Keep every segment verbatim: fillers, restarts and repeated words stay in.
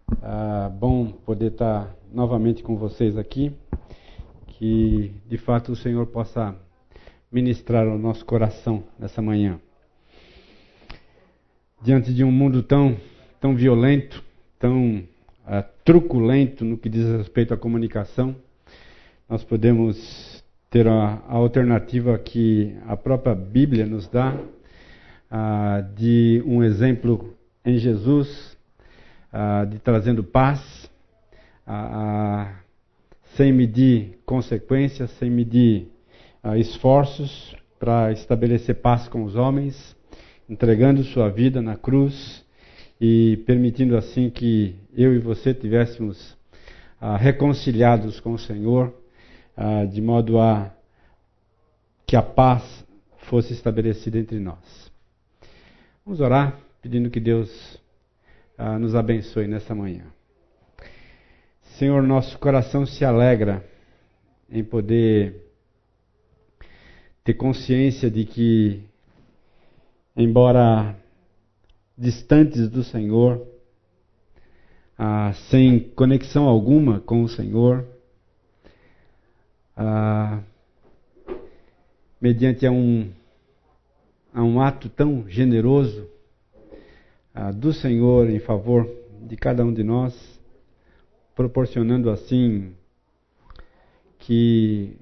Ah, bom poder estar novamente com vocês aqui, que de fato o Senhor possa ministrar ao nosso coração nessa manhã. Diante de um mundo tão, tão violento, tão ah, truculento no que diz respeito à comunicação, nós podemos ter a, a alternativa que a própria Bíblia nos dá ah, de um exemplo em Jesus, ah, de trazendo paz, ah, ah, sem medir consequências, sem medir ah, esforços para estabelecer paz com os homens, entregando sua vida na cruz e permitindo assim que eu e você tivéssemos ah, reconciliados com o Senhor, ah, de modo a que a paz fosse estabelecida entre nós. Vamos orar, pedindo que Deus ah, nos abençoe nessa manhã. Senhor, nosso coração se alegra em poder ter consciência de que, embora distantes do Senhor, ah, sem conexão alguma com o Senhor, ah, mediante a um, a um ato tão generoso ah, do Senhor em favor de cada um de nós, proporcionando assim que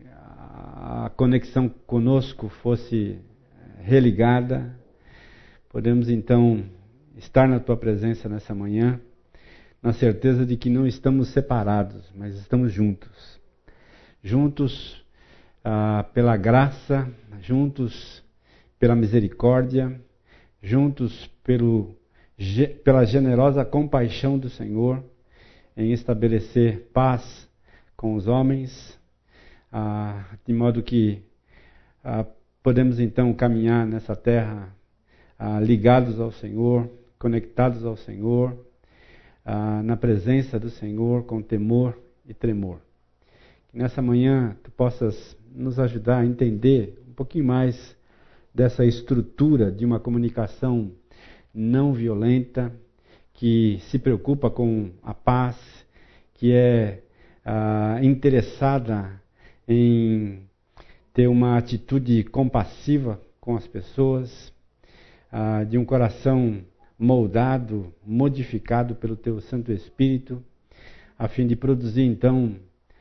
a conexão conosco fosse religada, podemos então estar na Tua presença nessa manhã, na certeza de que não estamos separados, mas estamos juntos. Juntos ah, pela graça, juntos pela misericórdia, juntos pelo, pela generosa compaixão do Senhor, em estabelecer paz com os homens, ah, de modo que ah, podemos então caminhar nessa terra ah, ligados ao Senhor, conectados ao Senhor, ah, na presença do Senhor, com temor e tremor. Que nessa manhã Tu possas nos ajudar a entender um pouquinho mais dessa estrutura de uma comunicação não violenta, que se preocupa com a paz, que é ah, interessada em ter uma atitude compassiva com as pessoas, ah, de um coração moldado, modificado pelo Teu Santo Espírito, a fim de produzir então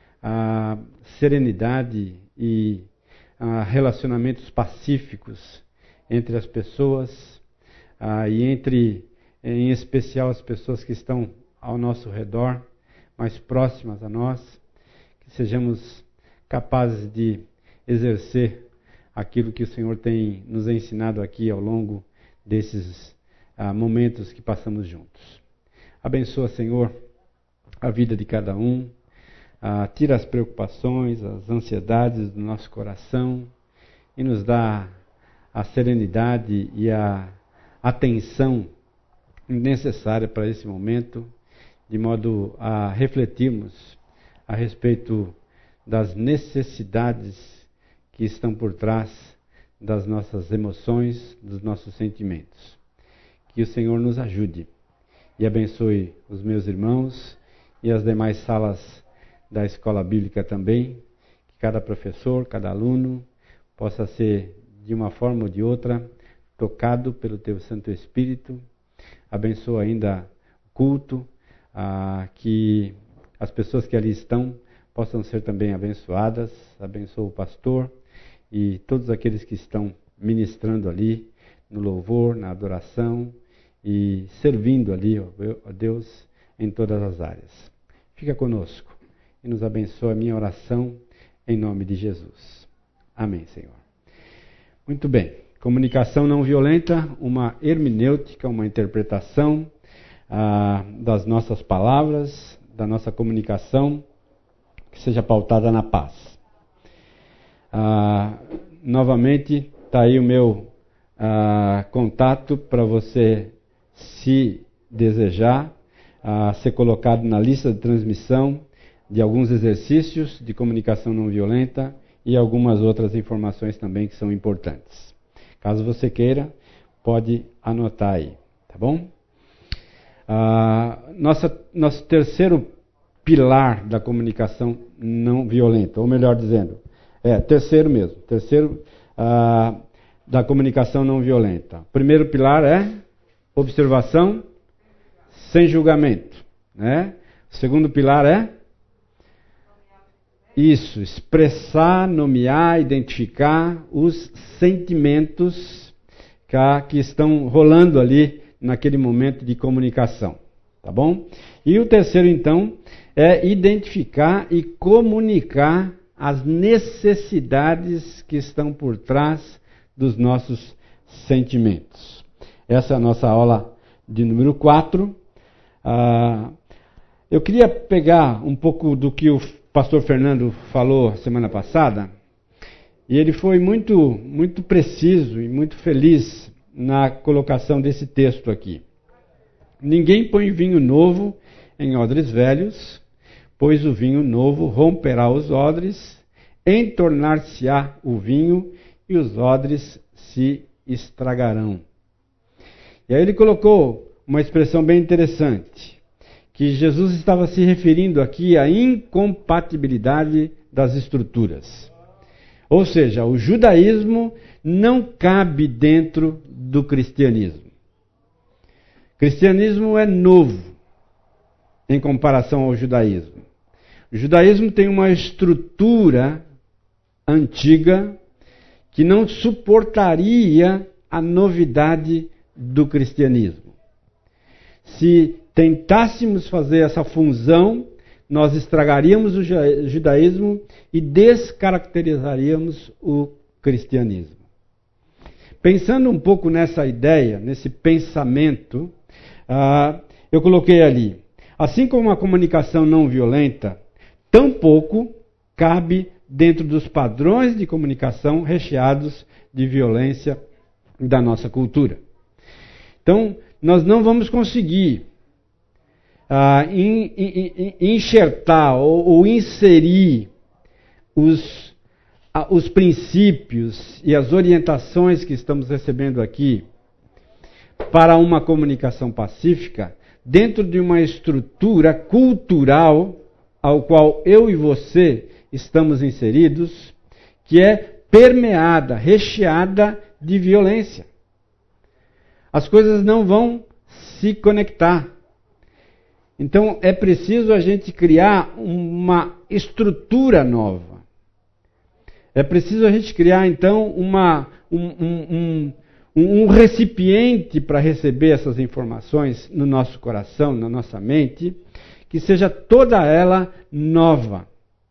a serenidade e ah, relacionamentos pacíficos entre as pessoas ah, e entre em especial as pessoas que estão ao nosso redor, mais próximas a nós, que sejamos capazes de exercer aquilo que o Senhor tem nos ensinado aqui ao longo desses ah, momentos que passamos juntos. Abençoa, Senhor, a vida de cada um, ah, tira as preocupações, as ansiedades do nosso coração e nos dá a serenidade e a atenção necessária para esse momento, de modo a refletirmos a respeito das necessidades que estão por trás das nossas emoções, dos nossos sentimentos. Que o Senhor nos ajude e abençoe os meus irmãos e as demais salas da Escola Bíblica também, que cada professor, cada aluno possa ser, de uma forma ou de outra, tocado pelo Teu Santo Espírito. Abençoa ainda o culto, ah, que as pessoas que ali estão possam ser também abençoadas. Abençoa o pastor e todos aqueles que estão ministrando ali no louvor, na adoração e servindo ali a Deus em todas as áreas. Fica conosco e nos abençoa a minha oração em nome de Jesus. Amém, Senhor. Muito bem. Comunicação não violenta, uma hermenêutica, uma interpretação ah, das nossas palavras, da nossa comunicação, que seja pautada na paz. Ah, novamente, está aí o meu ah, contato para você, se desejar, ah, ser colocado na lista de transmissão de alguns exercícios de comunicação não violenta e algumas outras informações também que são importantes. Caso você queira, pode anotar aí, tá bom? Ah, nossa, nosso terceiro pilar da comunicação não violenta, ou melhor dizendo, é, terceiro mesmo, terceiro ah, da comunicação não violenta. O primeiro pilar é observação sem julgamento, né? O segundo pilar é isso, expressar, nomear, identificar os sentimentos que, que estão rolando ali naquele momento de comunicação, tá bom? E o terceiro, então, é identificar e comunicar as necessidades que estão por trás dos nossos sentimentos. Essa é a nossa aula de número quatro. Ah, eu queria pegar um pouco do que o pastor Fernando falou semana passada, e ele foi muito, muito preciso e muito feliz na colocação desse texto aqui. Ninguém põe vinho novo em odres velhos, pois o vinho novo romperá os odres, entornar-se-á o vinho e os odres se estragarão. E aí ele colocou uma expressão bem interessante, que Jesus estava se referindo aqui à incompatibilidade das estruturas. Ou seja, o judaísmo não cabe dentro do cristianismo. O cristianismo é novo em comparação ao judaísmo. O judaísmo tem uma estrutura antiga que não suportaria a novidade do cristianismo. Se tentássemos fazer essa fusão, nós estragaríamos o judaísmo e descaracterizaríamos o cristianismo. Pensando um pouco nessa ideia, nesse pensamento, uh, eu coloquei ali, assim como a comunicação não violenta, tampouco cabe dentro dos padrões de comunicação recheados de violência da nossa cultura. Então, nós não vamos conseguir uh, in, in, in, enxertar ou, ou inserir os, uh, os princípios e as orientações que estamos recebendo aqui para uma comunicação pacífica dentro de uma estrutura cultural ao qual eu e você estamos inseridos, que é permeada, recheada de violência. As coisas não vão se conectar. Então é preciso a gente criar uma estrutura nova. É preciso a gente criar então uma, um, um, um, um recipiente para receber essas informações no nosso coração, na nossa mente, que seja toda ela nova.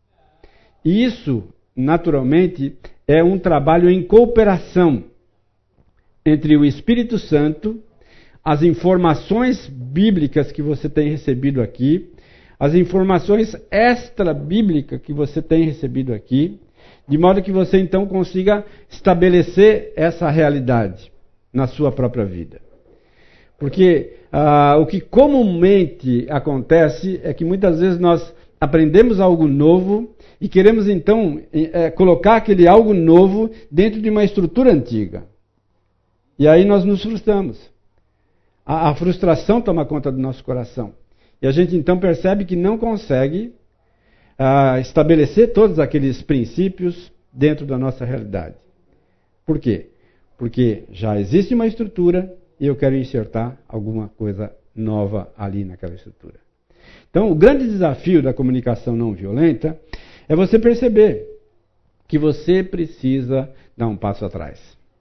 E isso, naturalmente, é um trabalho em cooperação entre o Espírito Santo, as informações bíblicas que você tem recebido aqui, as informações extra-bíblicas que você tem recebido aqui, de modo que você então consiga estabelecer essa realidade na sua própria vida. Porque ah, o que comumente acontece é que muitas vezes nós aprendemos algo novo e queremos então é, colocar aquele algo novo dentro de uma estrutura antiga. E aí nós nos frustramos. A, a frustração toma conta do nosso coração. E a gente então percebe que não consegue ah, estabelecer todos aqueles princípios dentro da nossa realidade. Por quê? Porque já existe uma estrutura e eu quero enxertar alguma coisa nova ali naquela estrutura. Então, o grande desafio da comunicação não violenta é você perceber que você precisa dar um passo atrás.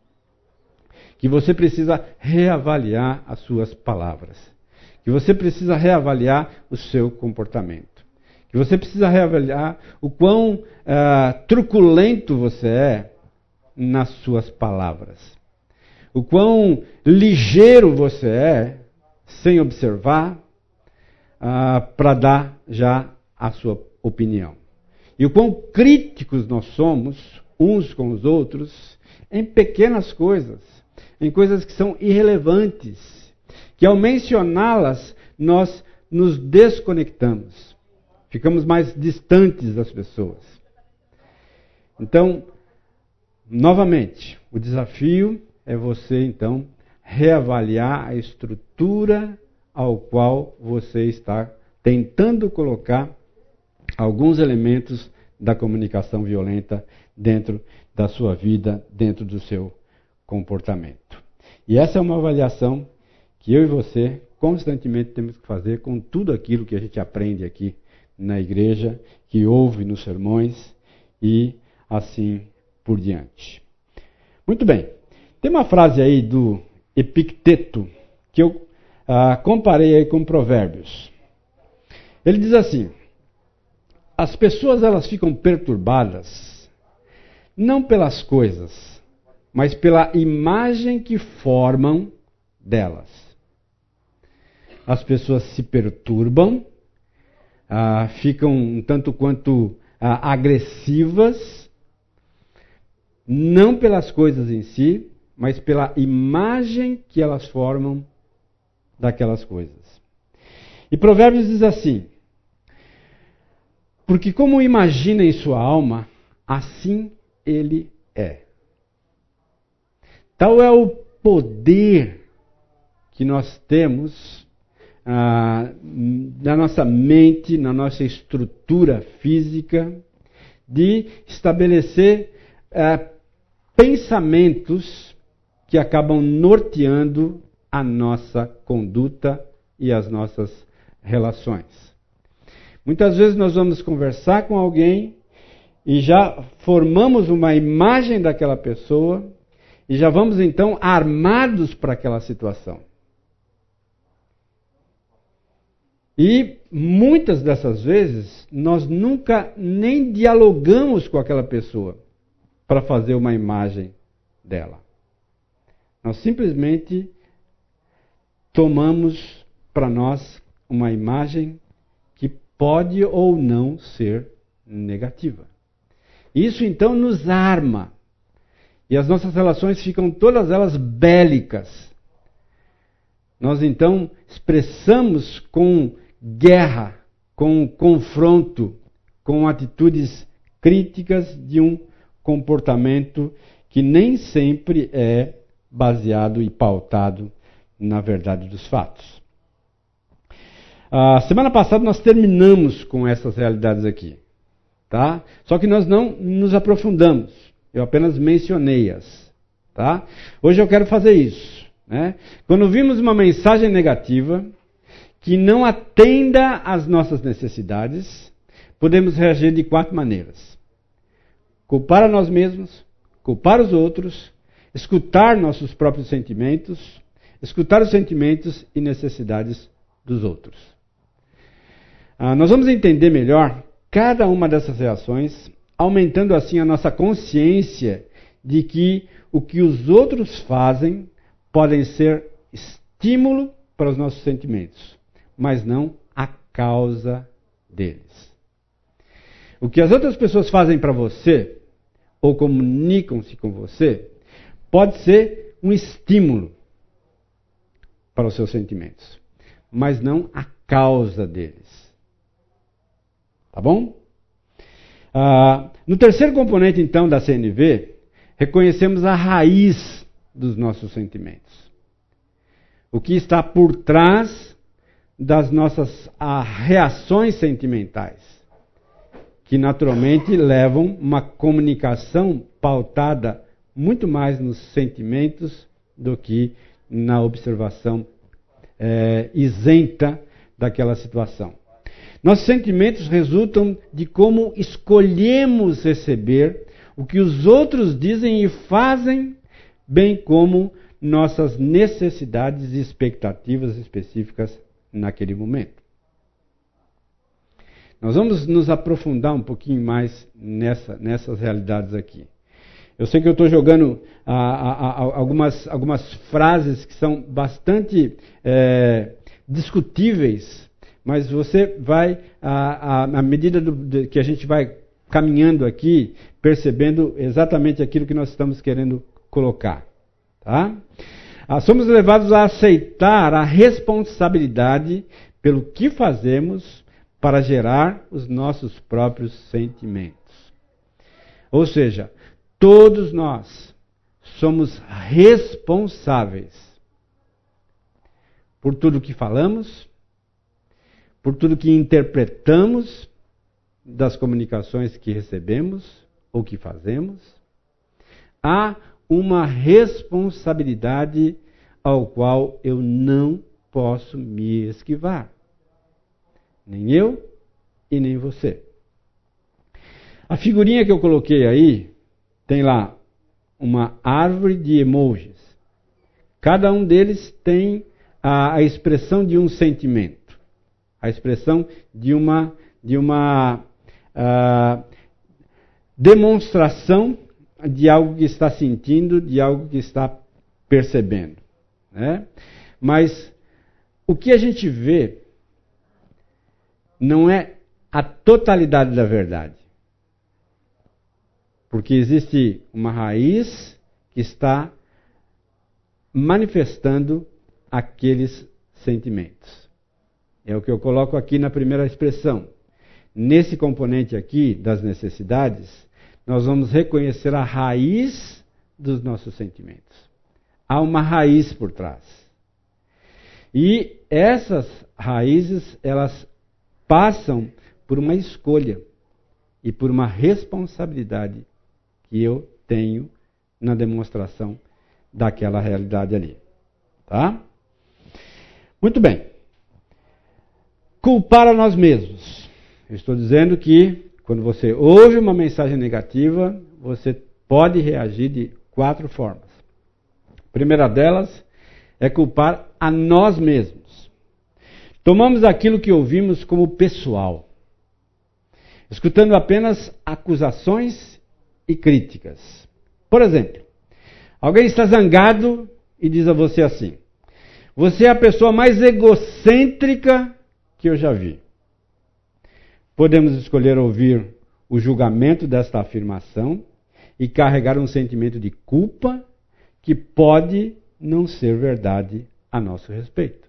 Que você precisa reavaliar as suas palavras. Que você precisa reavaliar o seu comportamento. Que você precisa reavaliar o quão uh, truculento você é nas suas palavras. O quão ligeiro você é, sem observar, uh, para dar já a sua opinião. E o quão críticos nós somos, uns com os outros, em pequenas coisas, em coisas que são irrelevantes, que ao mencioná-las, nós nos desconectamos, ficamos mais distantes das pessoas. Então, novamente, o desafio é você, então, reavaliar a estrutura ao qual você está tentando colocar alguns elementos da comunicação violenta dentro da sua vida, dentro do seu comportamento. E essa é uma avaliação que eu e você constantemente temos que fazer com tudo aquilo que a gente aprende aqui na igreja, que ouve nos sermões e assim por diante. Muito bem. Tem uma frase aí do Epicteto que eu ah, comparei aí com Provérbios. Ele diz assim: as pessoas elas ficam perturbadas não pelas coisas, mas pela imagem que formam delas. As pessoas se perturbam, ah, ficam um tanto quanto ah, agressivas, não pelas coisas em si, mas pela imagem que elas formam daquelas coisas. E Provérbios diz assim: porque como imagina em sua alma, assim ele é. Tal é o poder que nós temos ah, na nossa mente, na nossa estrutura física, de estabelecer ah, pensamentos que acabam norteando a nossa conduta e as nossas relações. Muitas vezes nós vamos conversar com alguém e já formamos uma imagem daquela pessoa e já vamos então armados para aquela situação. E muitas dessas vezes nós nunca nem dialogamos com aquela pessoa para fazer uma imagem dela. Nós simplesmente tomamos para nós uma imagem que pode ou não ser negativa. Isso então nos arma. E as nossas relações ficam todas elas bélicas. Nós então expressamos com guerra, com confronto, com atitudes críticas de um comportamento que nem sempre é baseado e pautado na verdade dos fatos. A semana passada nós terminamos com essas realidades aqui, tá? Só que nós não nos aprofundamos, eu apenas mencionei-as, tá? Hoje eu quero fazer isso, né? Quando vimos uma mensagem negativa que não atenda às nossas necessidades, podemos reagir de quatro maneiras: culpar a nós mesmos, culpar os outros, escutar nossos próprios sentimentos, escutar os sentimentos e necessidades dos outros. Ah, nós vamos entender melhor cada uma dessas reações, aumentando assim a nossa consciência de que o que os outros fazem podem ser estímulo para os nossos sentimentos, mas não a causa deles. O que as outras pessoas fazem para você, ou comunicam-se com você, pode ser um estímulo para os seus sentimentos, mas não a causa deles. Tá bom? Ah, no terceiro componente, então, da C N V, reconhecemos a raiz dos nossos sentimentos. O que está por trás das nossas ah, reações sentimentais, que naturalmente levam uma comunicação pautada muito mais nos sentimentos do que na observação é, isenta daquela situação. Nossos sentimentos resultam de como escolhemos receber o que os outros dizem e fazem, bem como nossas necessidades e expectativas específicas naquele momento. Nós vamos nos aprofundar um pouquinho mais nessa, nessas realidades aqui. Eu sei que eu estou jogando ah, ah, ah, algumas, algumas frases que são bastante é, discutíveis, mas você vai, à, à medida do, de, que a gente vai caminhando aqui, percebendo exatamente aquilo que nós estamos querendo colocar. Tá? Ah, somos levados a aceitar a responsabilidade pelo que fazemos para gerar os nossos próprios sentimentos. Ou seja, todos nós somos responsáveis por tudo que falamos, por tudo que interpretamos das comunicações que recebemos ou que fazemos. Há uma responsabilidade ao qual eu não posso me esquivar. Nem eu e nem você. A figurinha que eu coloquei aí tem lá uma árvore de emojis. Cada um deles tem a, a expressão de um sentimento, a expressão de uma, de uma uh, demonstração de algo que está sentindo, de algo que está percebendo, né? Mas o que a gente vê não é a totalidade da verdade. Porque existe uma raiz que está manifestando aqueles sentimentos. É o que eu coloco aqui na primeira expressão. Nesse componente aqui das necessidades, nós vamos reconhecer a raiz dos nossos sentimentos. Há uma raiz por trás. E essas raízes, elas passam por uma escolha e por uma responsabilidade que eu tenho na demonstração daquela realidade ali. Tá? Muito bem. Culpar a nós mesmos. Eu estou dizendo que quando você ouve uma mensagem negativa, você pode reagir de quatro formas. A primeira delas é culpar a nós mesmos. Tomamos aquilo que ouvimos como pessoal, escutando apenas acusações e críticas. Por exemplo, alguém está zangado e diz a você assim: você é a pessoa mais egocêntrica que eu já vi. Podemos escolher ouvir o julgamento desta afirmação e carregar um sentimento de culpa que pode não ser verdade a nosso respeito.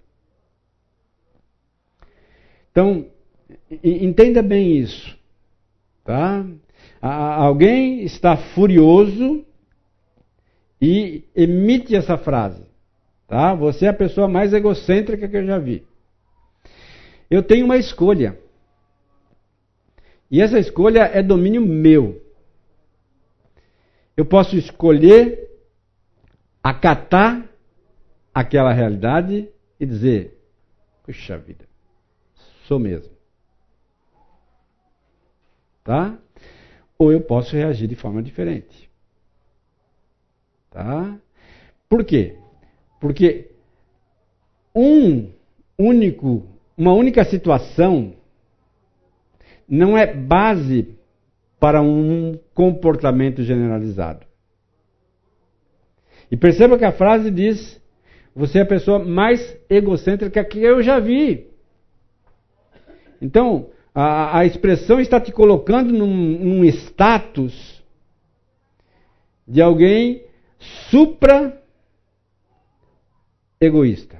Então, entenda bem isso, tá? Alguém está furioso e emite essa frase, tá? Você é a pessoa mais egocêntrica que eu já vi. Eu tenho uma escolha. E essa escolha é domínio meu. Eu posso escolher acatar aquela realidade e dizer: puxa vida, sou mesmo. Tá? Ou eu posso reagir de forma diferente. Tá? Por quê? Porque um único, uma única situação não é base para um comportamento generalizado. E perceba que a frase diz: você é a pessoa mais egocêntrica que eu já vi. Então, a, a expressão está te colocando num, num status de alguém supra-egoísta.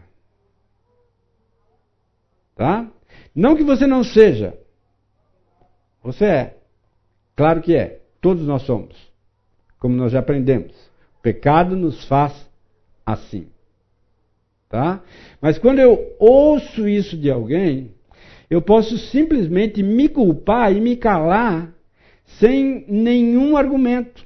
Tá? Não que você não seja. Você é. Claro que é. Todos nós somos. Como nós já aprendemos. O pecado nos faz assim. Tá? Mas quando eu ouço isso de alguém, eu posso simplesmente me culpar e me calar sem nenhum argumento.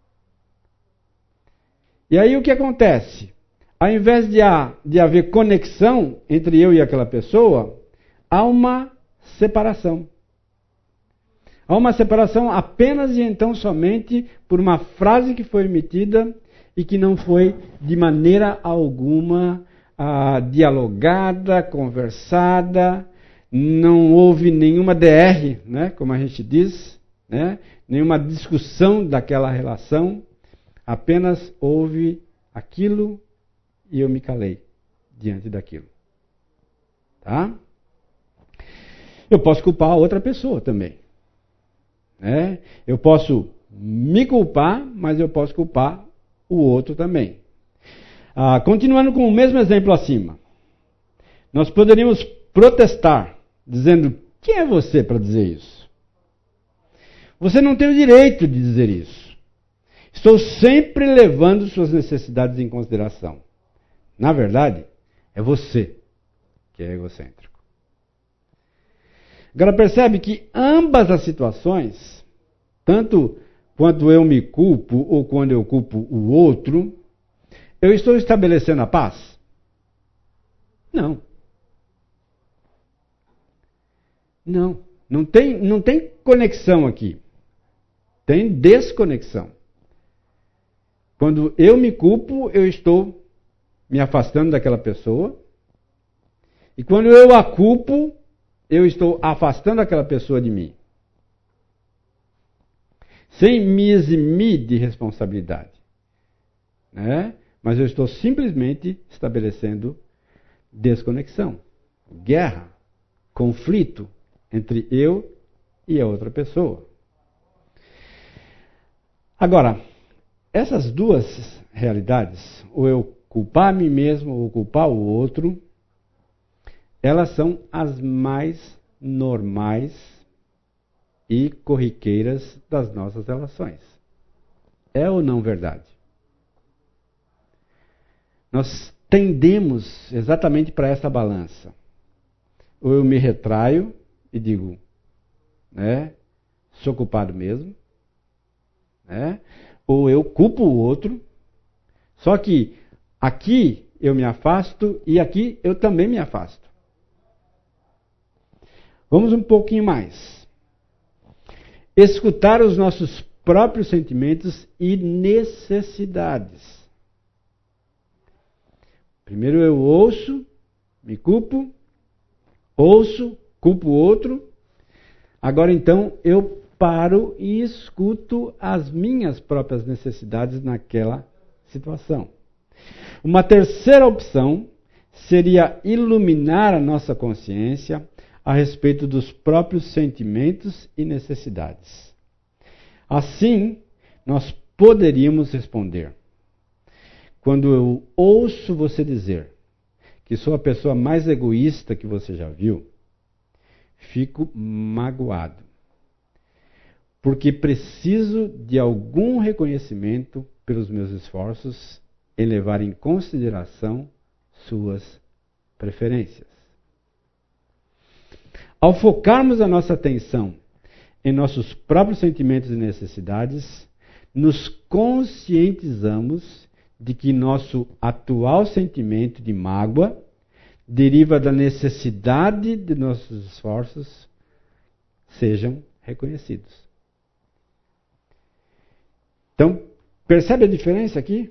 E aí o que acontece? Ao invés de, ha, de haver conexão entre eu e aquela pessoa, há uma separação. Há uma separação apenas e então somente por uma frase que foi emitida e que não foi de maneira alguma ah, dialogada, conversada, não houve nenhuma D R, né, como a gente diz, né, nenhuma discussão daquela relação, apenas houve aquilo e eu me calei diante daquilo. Tá? Eu posso culpar a outra pessoa também. Né? Eu posso me culpar, mas eu posso culpar o outro também. Ah, continuando com o mesmo exemplo acima. Nós poderíamos protestar, dizendo: quem é você para dizer isso? Você não tem o direito de dizer isso. Estou sempre levando suas necessidades em consideração. Na verdade, é você que é egocêntrico. Agora percebe que ambas as situações, tanto quando eu me culpo ou quando eu culpo o outro, eu estou estabelecendo a paz? Não. Não. Não tem, não tem conexão aqui. Tem desconexão. Quando eu me culpo, eu estou me afastando daquela pessoa. E quando eu a culpo, eu estou afastando aquela pessoa de mim. Sem me eximir de responsabilidade. Né? Mas eu estou simplesmente estabelecendo desconexão, guerra, conflito entre eu e a outra pessoa. Agora, essas duas realidades, ou eu culpar a mim mesmo ou culpar o outro, elas são as mais normais e corriqueiras das nossas relações. É ou não verdade? Nós tendemos exatamente para essa balança. Ou eu me retraio e digo, né, sou culpado mesmo, né? Ou eu culpo o outro, só que aqui eu me afasto e aqui eu também me afasto. Vamos um pouquinho mais. Escutar os nossos próprios sentimentos e necessidades. Primeiro eu ouço, me culpo, ouço, culpo o outro. Agora então eu paro e escuto as minhas próprias necessidades naquela situação. Uma terceira opção seria iluminar a nossa consciência a respeito dos próprios sentimentos e necessidades. Assim, nós poderíamos responder: quando eu ouço você dizer que sou a pessoa mais egoísta que você já viu, fico magoado, porque preciso de algum reconhecimento pelos meus esforços em levar em consideração suas preferências. Ao focarmos a nossa atenção em nossos próprios sentimentos e necessidades, nos conscientizamos de que nosso atual sentimento de mágoa deriva da necessidade de nossos esforços sejam reconhecidos. Então, percebe a diferença aqui?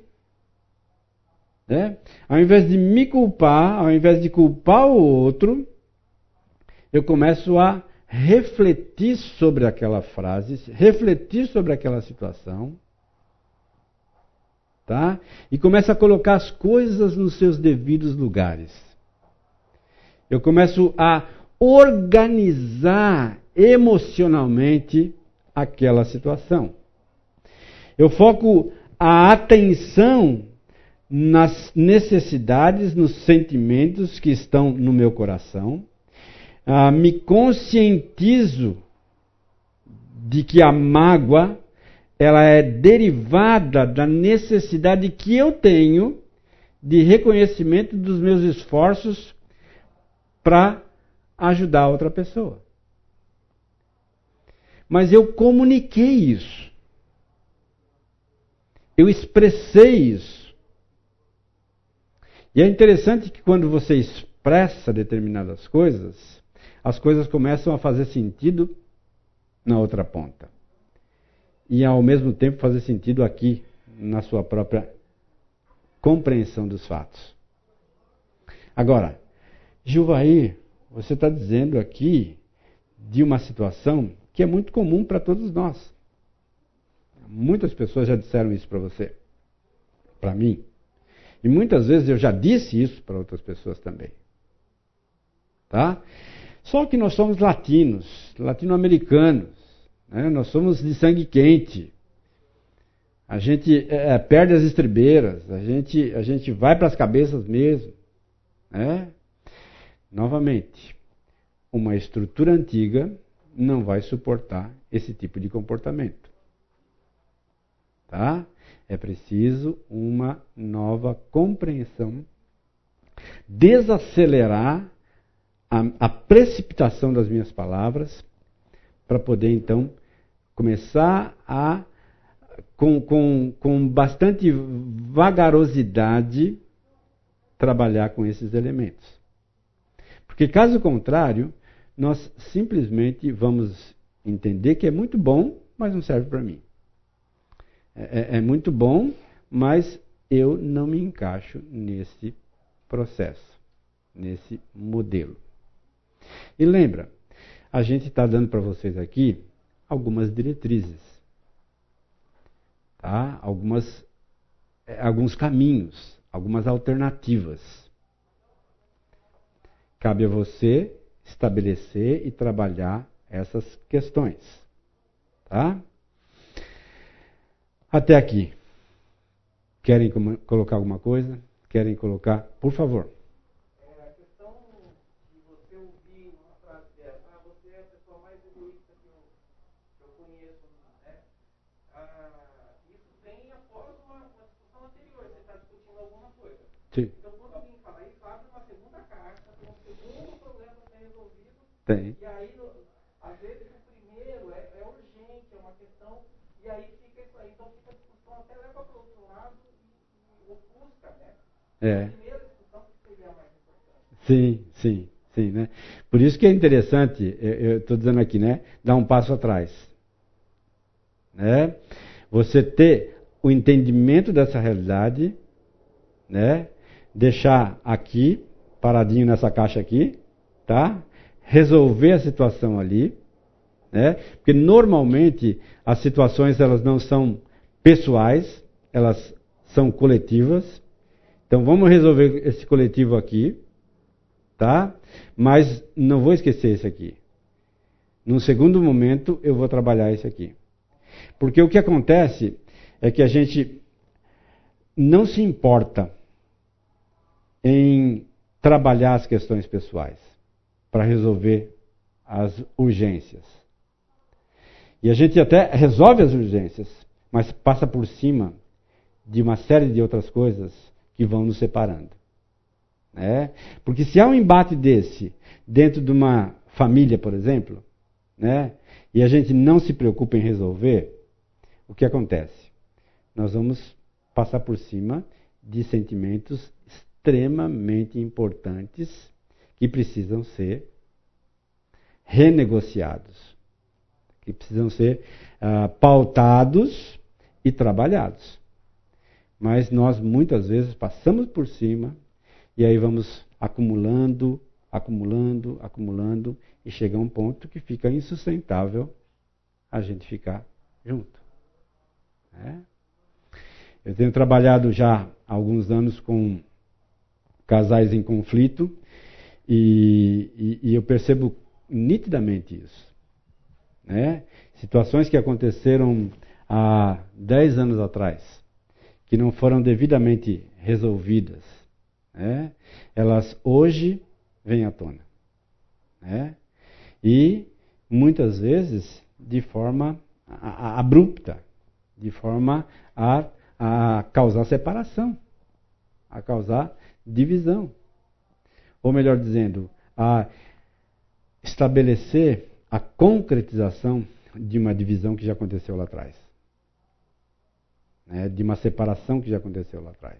É? Ao invés de me culpar, ao invés de culpar o outro, eu começo a refletir sobre aquela frase, refletir sobre aquela situação, tá? E começo a colocar as coisas nos seus devidos lugares. Eu começo a organizar emocionalmente aquela situação. Eu foco a atenção nas necessidades, nos sentimentos que estão no meu coração. Ah, me conscientizo de que a mágoa ela é derivada da necessidade que eu tenho de reconhecimento dos meus esforços para ajudar a outra pessoa. Mas eu comuniquei isso. Eu expressei isso. E é interessante que quando você expressa determinadas coisas, as coisas começam a fazer sentido na outra ponta. E ao mesmo tempo fazer sentido aqui, na sua própria compreensão dos fatos. Agora, Gilvair, você está dizendo aqui de uma situação que é muito comum para todos nós. Muitas pessoas já disseram isso para você, para mim. E muitas vezes eu já disse isso para outras pessoas também. Tá? Só que nós somos latinos, latino-americanos, né? Nós somos de sangue quente. A gente é, perde as estribeiras, a gente, a gente vai para as cabeças mesmo. Né? Novamente, uma estrutura antiga não vai suportar esse tipo de comportamento. Tá? É preciso uma nova compreensão, desacelerar a, a precipitação das minhas palavras, para poder então começar a, com, com, com bastante vagarosidade, trabalhar com esses elementos. Porque caso contrário, nós simplesmente vamos entender que é muito bom, mas não serve para mim. É, é muito bom, mas eu não me encaixo nesse processo, nesse modelo. E lembra, a gente está dando para vocês aqui algumas diretrizes, tá? Algumas, alguns caminhos, algumas alternativas. Cabe a você estabelecer e trabalhar essas questões, tá? Até aqui. Querem com- colocar alguma coisa? Querem colocar? Por favor. É, a questão de você ouvir uma frase dessa, ah, você é a pessoa mais egoísta que eu, que eu conheço, né? Ah, isso vem após uma, uma discussão anterior, você está discutindo alguma coisa. Sim. Então, quando alguém fala isso, abre uma segunda caixa, tem um segundo problema a ser resolvido, Tem. e aí, no, às vezes, o primeiro é, é urgente, é uma questão, e aí fica isso aí, então fica a discussão até leva para o outro lado e, e ofusca, né? É. A primeira discussão que seria a mais importante. Sim, sim, sim, né? Por isso que é interessante, eu estou dizendo aqui, né? Dar um passo atrás. Né? Você ter o entendimento dessa realidade, né? Deixar aqui, paradinho nessa caixa aqui, tá? Resolver a situação ali, né? Porque normalmente as situações elas não são pessoais, elas são coletivas. Então vamos resolver esse coletivo aqui, tá? Mas não vou esquecer esse aqui. Num segundo momento eu vou trabalhar esse aqui. Porque o que acontece é que a gente não se importa em trabalhar as questões pessoais para resolver as urgências. E a gente até resolve as urgências, mas passa por cima de uma série de outras coisas que vão nos separando. Né? Porque se há um embate desse dentro de uma família, por exemplo, né? E a gente não se preocupa em resolver, o que acontece? Nós vamos passar por cima de sentimentos extremamente importantes que precisam ser renegociados, que precisam ser uh, pautados e trabalhados. Mas nós muitas vezes passamos por cima e aí vamos acumulando, acumulando, acumulando e chega a um ponto que fica insustentável a gente ficar junto. Né? Eu tenho trabalhado já há alguns anos com casais em conflito e, e, e eu percebo nitidamente isso. Né? Situações que aconteceram há dez anos atrás, que não foram devidamente resolvidas, né? Elas hoje vêm à tona. Né? E muitas vezes de forma a, a, abrupta, de forma a, a causar separação, a causar divisão. Ou melhor dizendo, a estabelecer a concretização de uma divisão que já aconteceu lá atrás. Né? De uma separação que já aconteceu lá atrás.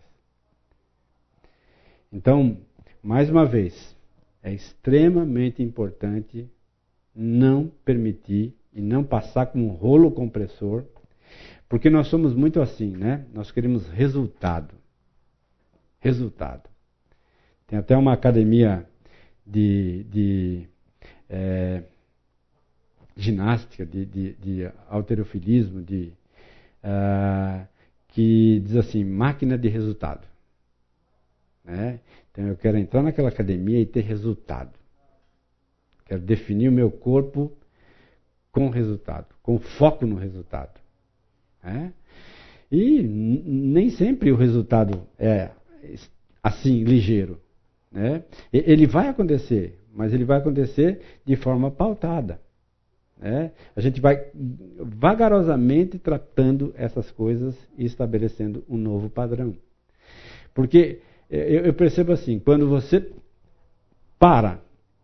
Então, mais uma vez, é extremamente importante não permitir e não passar com um rolo compressor, porque nós somos muito assim, né? Nós queremos resultado. Resultado. Tem até uma academia de, de é, ginástica, de, de, de halterofilismo, de, uh, que diz assim, máquina de resultado. Né? Então eu quero entrar naquela academia e ter resultado. Quero definir o meu corpo com resultado, com foco no resultado. Né? E n- nem sempre o resultado é assim, ligeiro. Né? Ele vai acontecer, mas ele vai acontecer de forma pautada. Né? A gente vai vagarosamente tratando essas coisas e estabelecendo um novo padrão. Porque eu percebo assim, quando você para,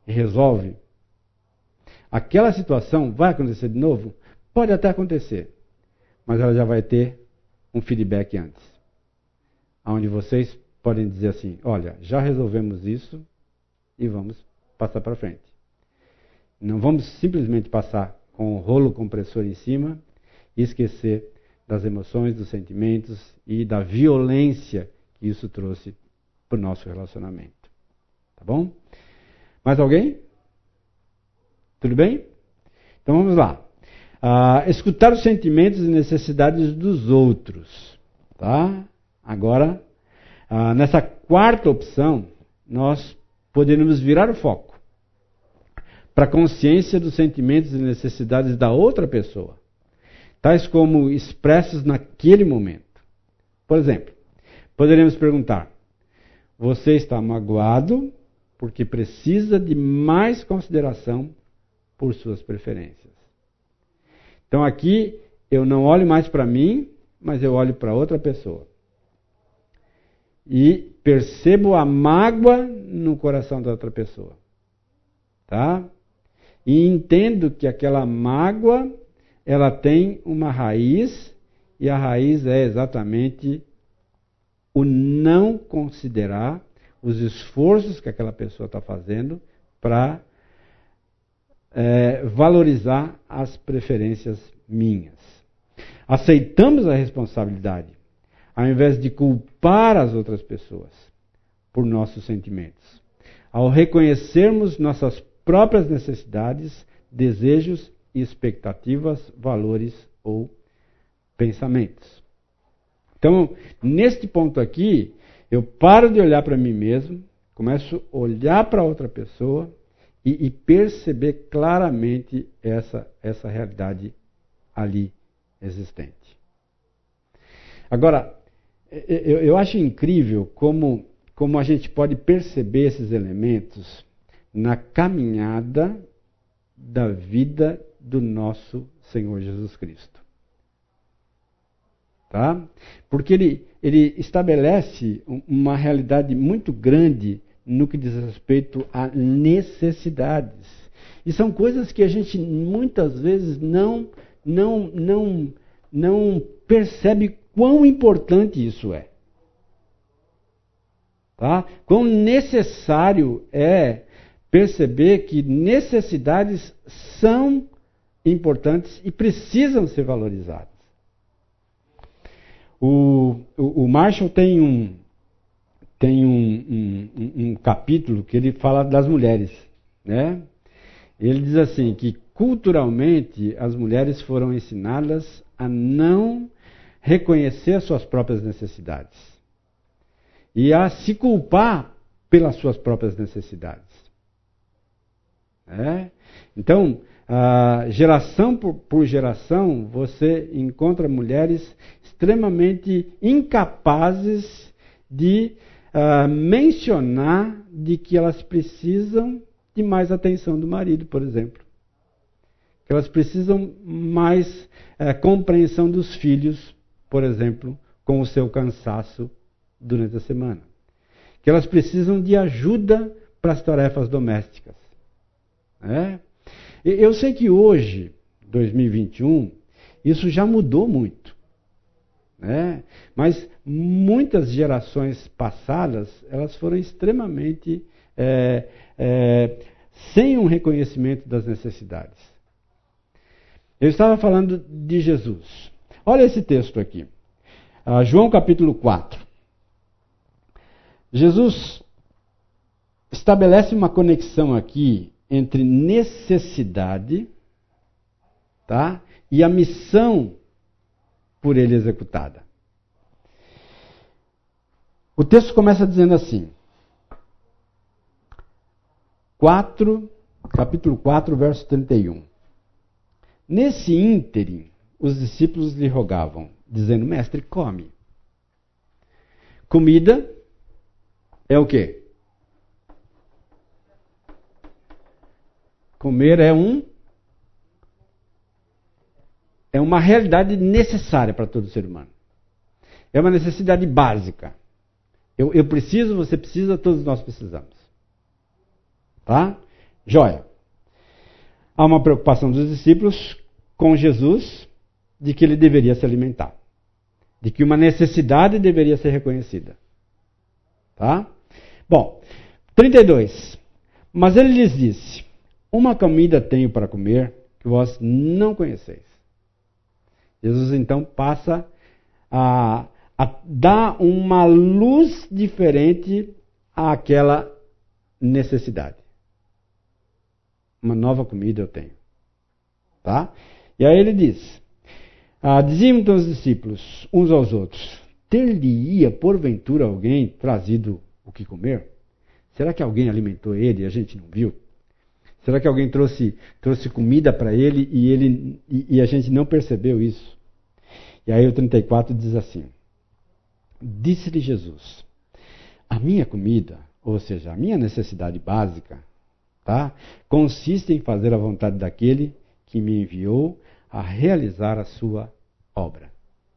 e resolve, aquela situação vai acontecer de novo? Pode até acontecer, mas ela já vai ter um feedback antes, onde vocês podem dizer assim, olha, já resolvemos isso e vamos passar para frente. Não vamos simplesmente passar com o rolo compressor em cima e esquecer das emoções, dos sentimentos e da violência que isso trouxe para o nosso relacionamento. Tá bom? Mais alguém? Tudo bem? Então vamos lá. Ah, escutar os sentimentos e necessidades dos outros. Tá? Agora, ah, nessa quarta opção, nós poderíamos virar o foco para a consciência dos sentimentos e necessidades da outra pessoa, tais como expressos naquele momento. Por exemplo, poderíamos perguntar, você está magoado porque precisa de mais consideração por suas preferências. Então aqui eu não olho mais para mim, mas eu olho para outra pessoa. E percebo a mágoa no coração da outra pessoa. Tá? E entendo que aquela mágoa, ela tem uma raiz, e a raiz é exatamente o não considerar os esforços que aquela pessoa está fazendo para é, valorizar as preferências minhas. Aceitamos a responsabilidade, ao invés de culpar as outras pessoas por nossos sentimentos. Ao reconhecermos nossas próprias necessidades, desejos e expectativas, valores ou pensamentos. Então, neste ponto aqui, eu paro de olhar para mim mesmo, começo a olhar para outra pessoa e, e perceber claramente essa, essa realidade ali existente. Agora, eu, eu acho incrível como, como a gente pode perceber esses elementos na caminhada da vida do nosso Senhor Jesus Cristo. Tá? Porque ele, ele estabelece uma realidade muito grande no que diz respeito a necessidades. E são coisas que a gente muitas vezes não, não, não, não percebe quão importante isso é. Tá? Quão necessário é perceber que necessidades são importantes e precisam ser valorizadas. O, o, o Marshall tem, um, tem um, um, um capítulo que ele fala das mulheres. Né? Ele diz assim, que culturalmente as mulheres foram ensinadas a não reconhecer suas próprias necessidades e a se culpar pelas suas próprias necessidades. É? Então, uh, geração por, por geração, você encontra mulheres extremamente incapazes de uh, mencionar de que elas precisam de mais atenção do marido, por exemplo. Que elas precisam mais uh, compreensão dos filhos, por exemplo, com o seu cansaço durante a semana. Que elas precisam de ajuda para as tarefas domésticas. É? Eu sei que hoje, dois mil e vinte e um, isso já mudou muito. Né? Mas muitas gerações passadas, elas foram extremamente é, é, sem um reconhecimento das necessidades. Eu estava falando de Jesus. Olha esse texto aqui. Ah, João capítulo quatro. Jesus estabelece uma conexão aqui entre necessidade, tá, e a missão por ele executada. O texto começa dizendo assim, quatro, capítulo quatro, verso trinta e um. Nesse ínterim, os discípulos lhe rogavam, dizendo, mestre, come. Comida é o quê? Comer é um é uma realidade necessária para todo ser humano. É uma necessidade básica. Eu, eu preciso, você precisa, todos nós precisamos. Tá? Joia. Há uma preocupação dos discípulos com Jesus de que ele deveria se alimentar. De que uma necessidade deveria ser reconhecida. Tá? Bom, trinta e dois. Mas ele lhes disse: uma comida tenho para comer que vós não conheceis. Jesus então passa a, a dar uma luz diferente àquela necessidade. Uma nova comida eu tenho. Tá? E aí ele diz: ah, diziam então os discípulos uns aos outros: ter-lhe-ia porventura alguém trazido o que comer? Será que alguém alimentou ele e a gente não viu? Será que alguém trouxe, trouxe comida para ele e, ele e, e a gente não percebeu isso? E aí o trinta e quatro diz assim: disse-lhe Jesus: a minha comida, ou seja, a minha necessidade básica, tá, consiste em fazer a vontade daquele que me enviou a realizar a sua obra.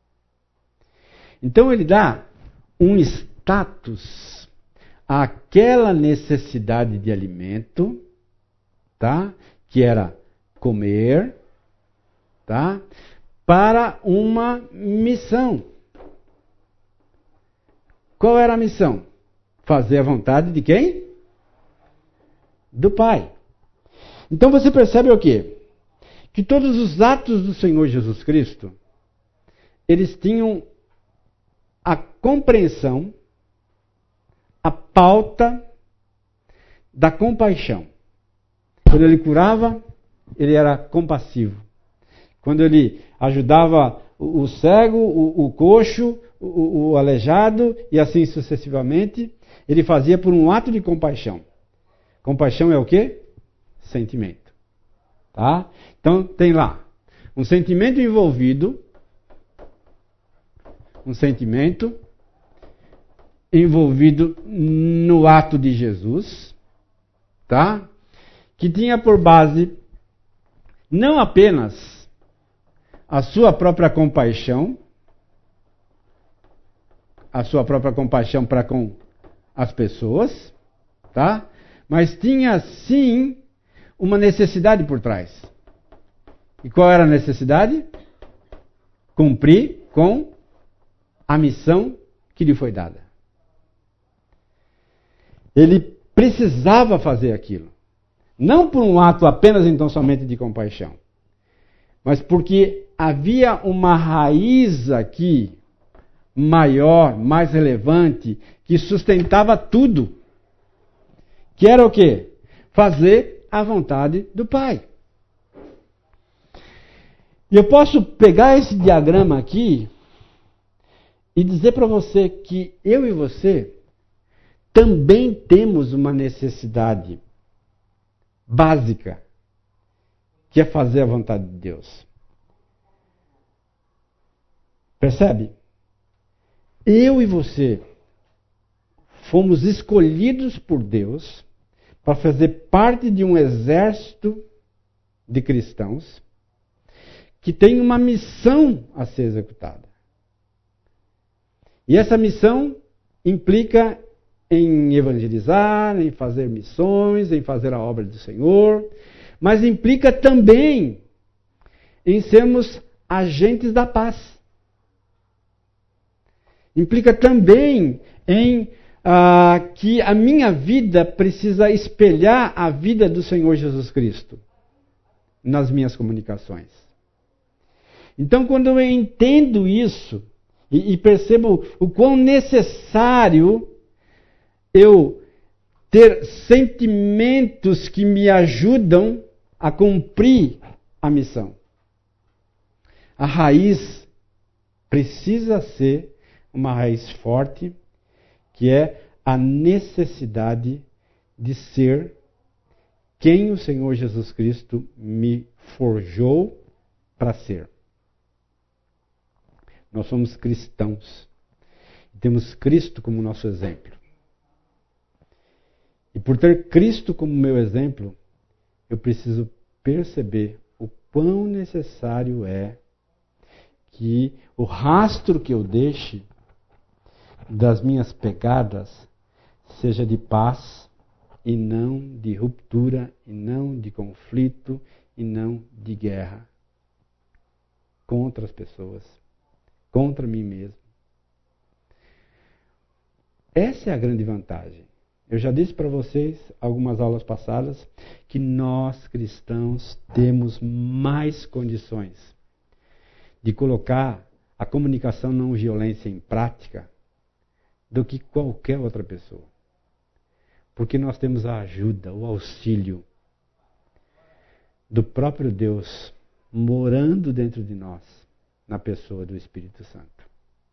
Então ele dá um status àquela necessidade de alimento, tá, que era comer, tá, para uma missão. Qual era a missão? Fazer a vontade de quem? Do Pai. Então você percebe o quê? Que todos os atos do Senhor Jesus Cristo, eles tinham a compreensão, a pauta da compaixão. Quando ele curava, ele era compassivo. Quando ele ajudava o cego, o, o coxo, o, o aleijado e assim sucessivamente, ele fazia por um ato de compaixão. Compaixão é o quê? Sentimento. Tá? Então tem lá um sentimento envolvido, um sentimento envolvido no ato de Jesus, tá? Que tinha por base não apenas a sua própria compaixão, a sua própria compaixão para com as pessoas, tá? Mas tinha sim uma necessidade por trás. E qual era a necessidade? Cumprir com a missão que lhe foi dada. Ele precisava fazer aquilo. Não por um ato apenas então somente de compaixão, mas porque havia uma raiz aqui maior, mais relevante, que sustentava tudo. Que era o quê? Fazer a vontade do Pai. E eu posso pegar esse diagrama aqui e dizer para você que eu e você também temos uma necessidade básica, que é fazer a vontade de Deus. Percebe? Eu e você fomos escolhidos por Deus para fazer parte de um exército de cristãos que tem uma missão a ser executada. E essa missão implica em evangelizar, em fazer missões, em fazer a obra do Senhor, mas implica também em sermos agentes da paz. Implica também em ah, que a minha vida precisa espelhar a vida do Senhor Jesus Cristo nas minhas comunicações. Então, quando eu entendo isso e, e percebo o quão necessário eu ter sentimentos que me ajudam a cumprir a missão, a raiz precisa ser uma raiz forte, que é a necessidade de ser quem o Senhor Jesus Cristo me forjou para ser. Nós somos cristãos. Temos Cristo como nosso exemplo. E por ter Cristo como meu exemplo, eu preciso perceber o quão necessário é que o rastro que eu deixe das minhas pegadas seja de paz, e não de ruptura, e não de conflito, e não de guerra contra as pessoas, contra mim mesmo. Essa é a grande vantagem. Eu já disse para vocês, algumas aulas passadas, que nós cristãos temos mais condições de colocar a comunicação não violência em prática do que qualquer outra pessoa. Porque nós temos a ajuda, o auxílio do próprio Deus morando dentro de nós, na pessoa do Espírito Santo.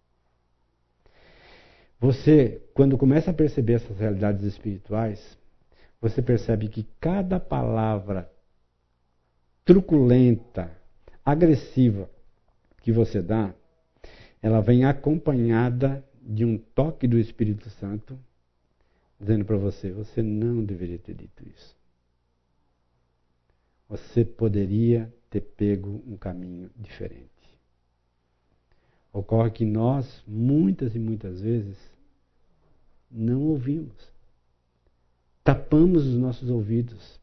Você, quando começa a perceber essas realidades espirituais, você percebe que cada palavra truculenta, agressiva que você dá, ela vem acompanhada de um toque do Espírito Santo, dizendo para você, você não deveria ter dito isso. Você poderia ter pego um caminho diferente. Ocorre que nós, muitas e muitas vezes, não ouvimos. Tapamos os nossos ouvidos.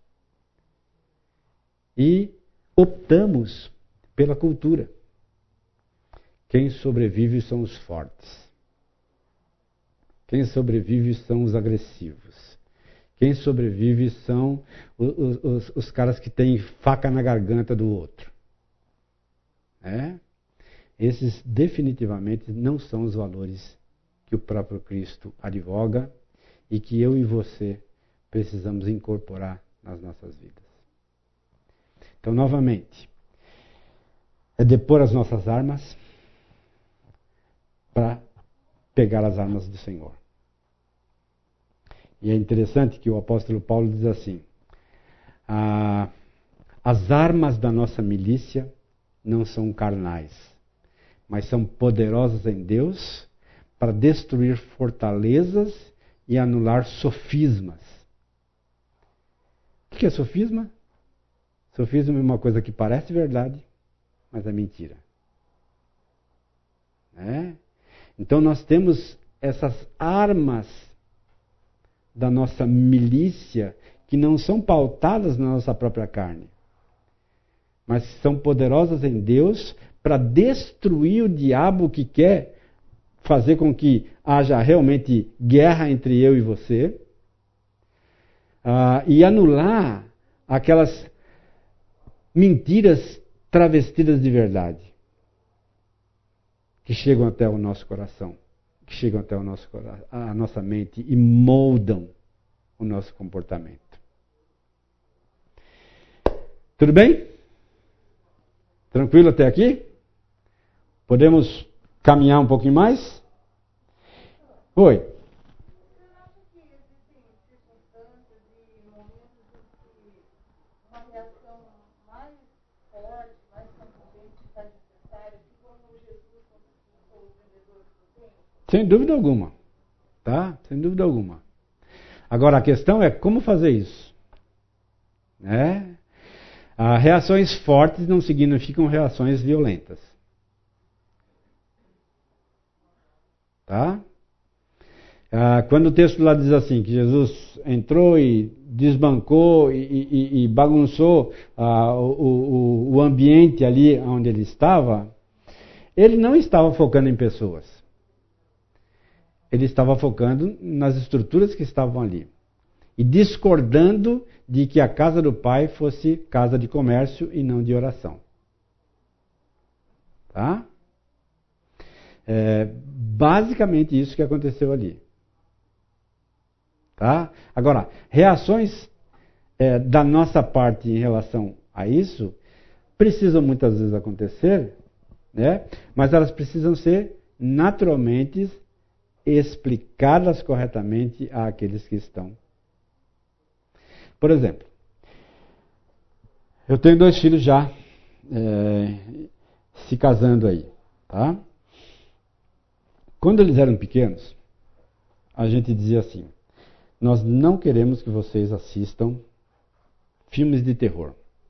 E optamos pela cultura. Quem sobrevive são os fortes. Quem sobrevive são os agressivos. Quem sobrevive são os, os, os caras que têm faca na garganta do outro. É? Esses definitivamente não são os valores que o próprio Cristo advoga e que eu e você precisamos incorporar nas nossas vidas. Então, novamente, é depor as nossas armas para pegar as armas do Senhor. E é interessante que o apóstolo Paulo diz assim, ah, as armas da nossa milícia não são carnais, mas são poderosas em Deus para destruir fortalezas e anular sofismas. O que é sofisma? Sofisma é uma coisa que parece verdade, mas é mentira. É? Então nós temos essas armas da nossa milícia que não são pautadas na nossa própria carne, mas são poderosas em Deus para destruir o diabo que quer fazer com que haja realmente guerra entre eu e você, uh, e anular aquelas mentiras travestidas de verdade que chegam até o nosso coração, que chegam até o nosso, a nossa mente e moldam o nosso comportamento. Tudo bem? Tranquilo até aqui? Podemos caminhar um pouquinho mais? Oi. Você acha que existem circunstâncias e momentos em que uma reação mais forte, mais contundente está necessária, que como Jesus conquistou os vendedores do templo? Sem dúvida alguma. Tá? Sem dúvida alguma. Agora a questão é como fazer isso. Né? Ah, reações fortes não significam reações violentas. Tá? Ah, quando o texto lá diz assim, que Jesus entrou e desbancou e, e, e bagunçou ah, o, o, o ambiente ali onde ele estava, ele não estava focando em pessoas. Ele estava focando nas estruturas que estavam ali. E discordando de que a casa do Pai fosse casa de comércio e não de oração. Tá? É basicamente isso que aconteceu ali. Tá? Agora, reações é, da nossa parte em relação a isso precisam muitas vezes acontecer, né? Mas elas precisam ser naturalmente explicadas corretamente àqueles que estão. Por exemplo, eu tenho dois filhos já é, se casando aí, tá? Quando eles eram pequenos, a gente dizia assim, nós não queremos que vocês assistam filmes de terror.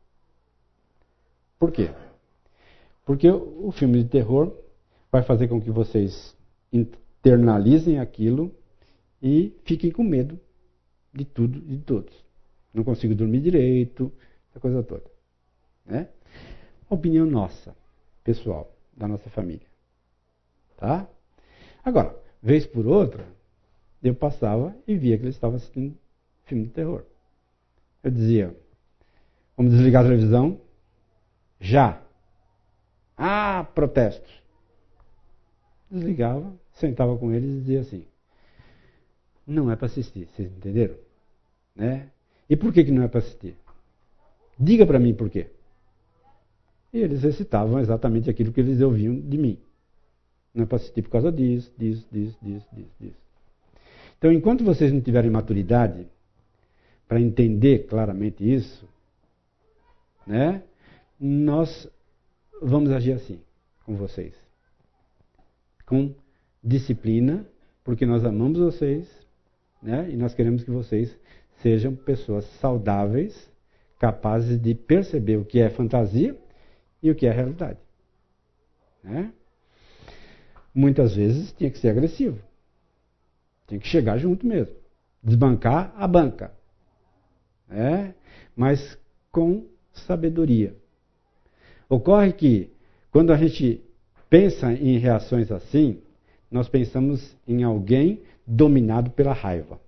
Por quê? Porque o filme de terror vai fazer com que vocês internalizem aquilo e fiquem com medo de tudo e de todos. Não consigo dormir direito, essa coisa toda. Né? Opinião nossa, pessoal, da nossa família. Tá? Agora, vez por outra, eu passava e via que eles estavam assistindo filme de terror. Eu dizia, vamos desligar a televisão? Já. Ah, protestos. Desligava, sentava com eles e dizia assim, não é para assistir, vocês entenderam? Né? E por que, que não é para assistir? Diga para mim por quê. E eles recitavam exatamente aquilo que eles ouviam de mim. Não é para assistir por causa disso, disso, disso, disso, disso, disso. Então, enquanto vocês não tiverem maturidade para entender claramente isso, né, nós vamos agir assim com vocês. Com disciplina, porque nós amamos vocês, né, e nós queremos que vocês sejam pessoas saudáveis, capazes de perceber o que é fantasia e o que é realidade. Né? Muitas vezes tinha que ser agressivo. Tinha que chegar junto mesmo. Desbancar a banca. Né? Mas com sabedoria. Ocorre que, quando a gente pensa em reações assim, nós pensamos em alguém dominado pela raiva.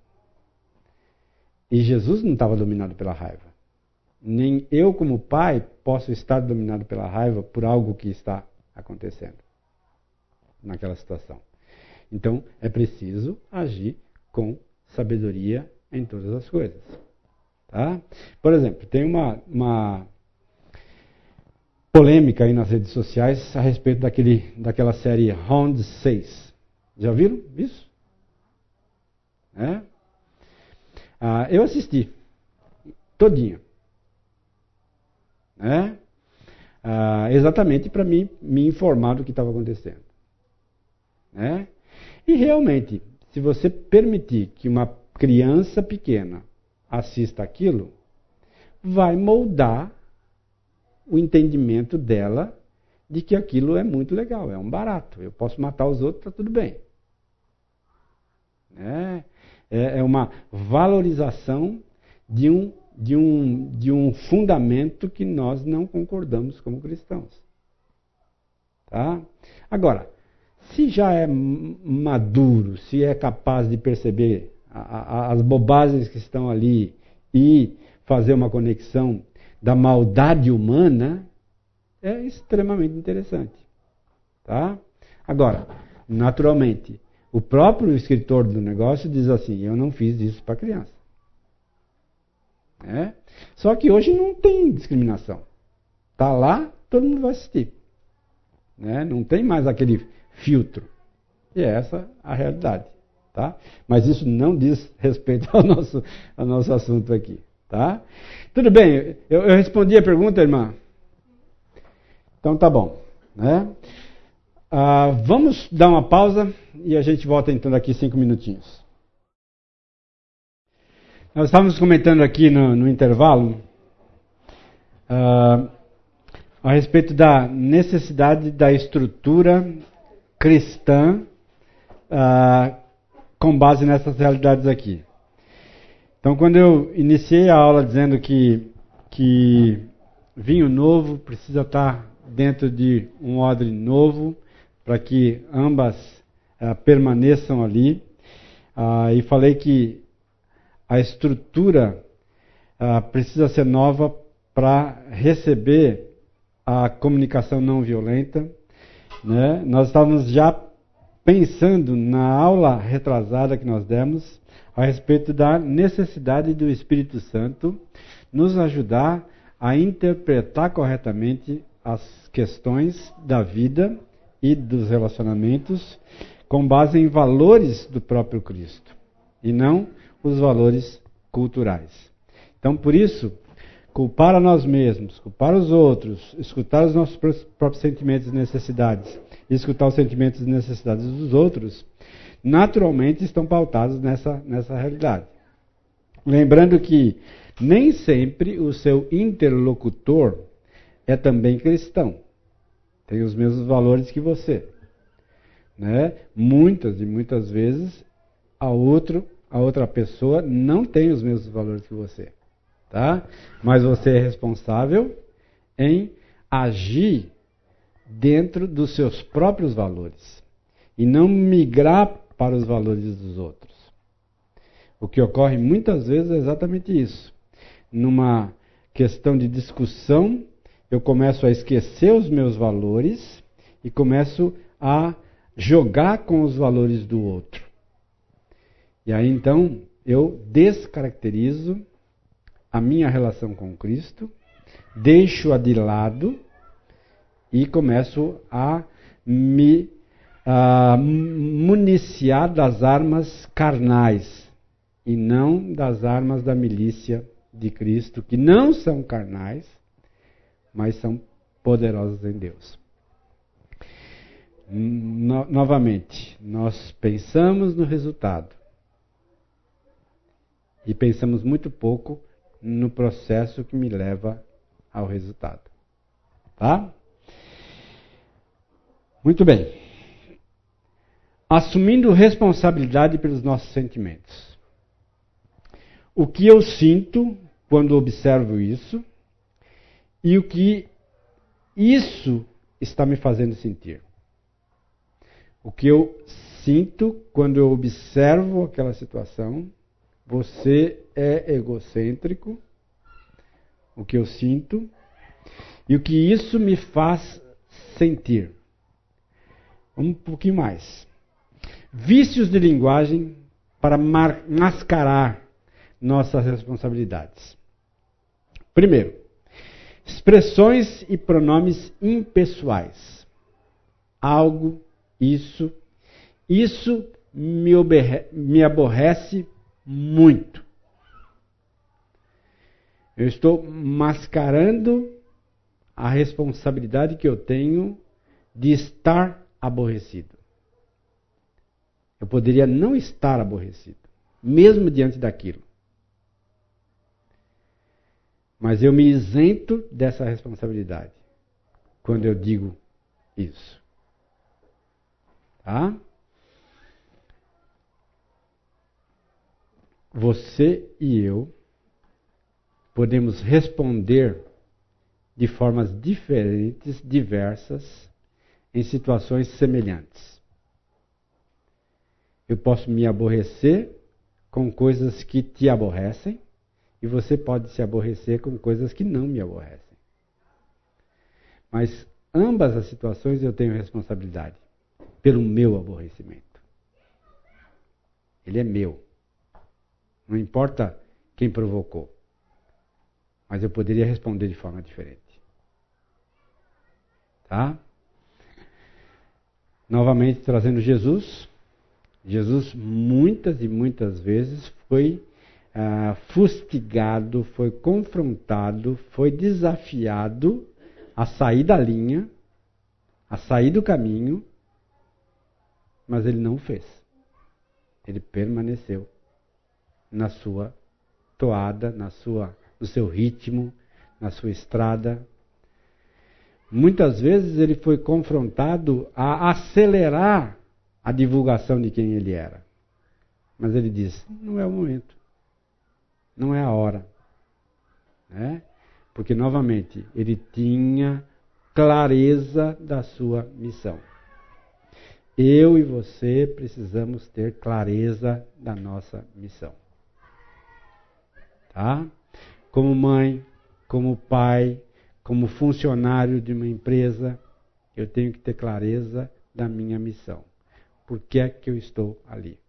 E Jesus não estava dominado pela raiva. Nem eu, como pai, posso estar dominado pela raiva por algo que está acontecendo naquela situação. Então, é preciso agir com sabedoria em todas as coisas. Tá? Por exemplo, tem uma, uma polêmica aí nas redes sociais a respeito daquele, daquela série Round seis. Já viram isso? É? Ah, eu assisti todinha. É? Ah, exatamente para mim me informar do que estava acontecendo. É? E realmente, se você permitir que uma criança pequena assista aquilo, vai moldar o entendimento dela de que aquilo é muito legal, é um barato. Eu posso matar os outros, está tudo bem. É, é uma valorização de um, de, um, de um fundamento que nós não concordamos como cristãos. Tá? Agora, se já é maduro, se é capaz de perceber a, a, as bobagens que estão ali e fazer uma conexão da maldade humana, é extremamente interessante. Tá? Agora, naturalmente, o próprio escritor do negócio diz assim, eu não fiz isso para criança. É? Só que hoje não tem discriminação. Está lá, todo mundo vai assistir. Né? Não tem mais aquele filtro. E é essa a realidade. Tá? Mas isso não diz respeito ao nosso, ao nosso assunto aqui. Tá? Tudo bem, eu, eu respondi a pergunta, irmã? Então tá bom. Né? Ah, vamos dar uma pausa e a gente volta então daqui cinco minutinhos. Nós estávamos comentando aqui no, no intervalo ah, a respeito da necessidade da estrutura cristã ah, com base nessas realidades aqui. Então, quando eu iniciei a aula dizendo que, que vinho novo precisa estar dentro de um odre novo, para que ambas uh, permaneçam ali, uh, e falei que a estrutura uh, precisa ser nova para receber a comunicação não violenta. Né? Nós estávamos já pensando na aula retrasada que nós demos, a respeito da necessidade do Espírito Santo nos ajudar a interpretar corretamente as questões da vida e dos relacionamentos com base em valores do próprio Cristo e não os valores culturais. Então, por isso, culpar a nós mesmos, culpar os outros, escutar os nossos próprios sentimentos e necessidades e escutar os sentimentos e necessidades dos outros, naturalmente estão pautados nessa, nessa realidade. Lembrando que nem sempre o seu interlocutor é também cristão. Tem os mesmos valores que você. Né? Muitas e muitas vezes, a outro a outra pessoa não tem os mesmos valores que você, tá? Mas você é responsável em agir dentro dos seus próprios valores e não migrar para os valores dos outros. O que ocorre muitas vezes é exatamente isso. Numa questão de discussão, eu começo a esquecer os meus valores e começo a jogar com os valores do outro. E aí então eu descaracterizo a minha relação com Cristo, deixo-a de lado e começo a me a municiar das armas carnais e não das armas da milícia de Cristo, que não são carnais, mas são poderosas em Deus. No, novamente, nós pensamos no resultado e pensamos muito pouco no processo que me leva ao resultado. Tá? Muito bem. Assumindo responsabilidade pelos nossos sentimentos. O que eu sinto quando observo isso e o que isso está me fazendo sentir. O que eu sinto quando eu observo aquela situação, você é egocêntrico, o que eu sinto, e o que isso me faz sentir. Um pouquinho mais. Vícios de linguagem para mascarar nossas responsabilidades. Primeiro, expressões e pronomes impessoais. Algo, isso, isso me, me aborrece muito. Eu estou mascarando a responsabilidade que eu tenho de estar aborrecido. Eu poderia não estar aborrecido, mesmo diante daquilo. Mas eu me isento dessa responsabilidade quando eu digo isso. Tá? Você e eu podemos responder de formas diferentes, diversas, em situações semelhantes. Eu posso me aborrecer com coisas que te aborrecem, e você pode se aborrecer com coisas que não me aborrecem. Mas ambas as situações eu tenho responsabilidade pelo meu aborrecimento. Ele é meu. Não importa quem provocou. Mas eu poderia responder de forma diferente. Tá? Novamente trazendo Jesus. Jesus muitas e muitas vezes foi ah, fustigado, foi confrontado, foi desafiado a sair da linha, a sair do caminho, mas ele não fez. Ele permaneceu na sua toada, na sua, no seu ritmo, na sua estrada. Muitas vezes ele foi confrontado a acelerar a divulgação de quem ele era. Mas ele diz, não é o momento. Não é a hora. Né? Porque, novamente, ele tinha clareza da sua missão. Eu e você precisamos ter clareza da nossa missão. Tá? Como mãe, como pai, como funcionário de uma empresa, eu tenho que ter clareza da minha missão. Por que é que eu estou ali?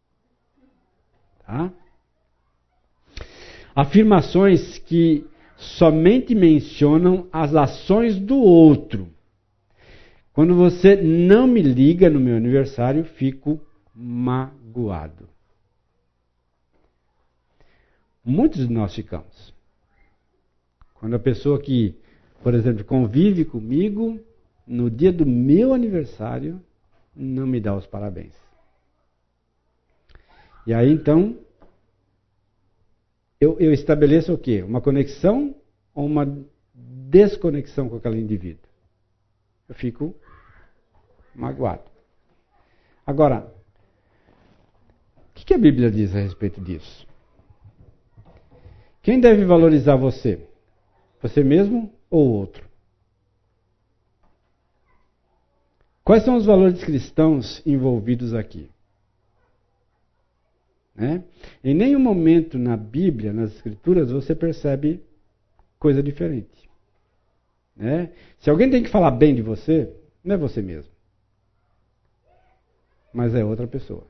Tá? Afirmações que somente mencionam as ações do outro. Quando você não me liga no meu aniversário, fico magoado. Muitos de nós ficamos. Quando a pessoa que, por exemplo, convive comigo, no dia do meu aniversário, não me dá os parabéns. E aí então, eu, eu estabeleço o quê? Uma conexão ou uma desconexão com aquele indivíduo? Eu fico magoado. Agora, o O que a Bíblia diz a respeito disso? Quem deve valorizar você? Você mesmo ou o outro? Quais são os valores cristãos envolvidos aqui? Né? Em nenhum momento na Bíblia, nas Escrituras, você percebe coisa diferente. Né? Se alguém tem que falar bem de você, não é você mesmo, mas é outra pessoa.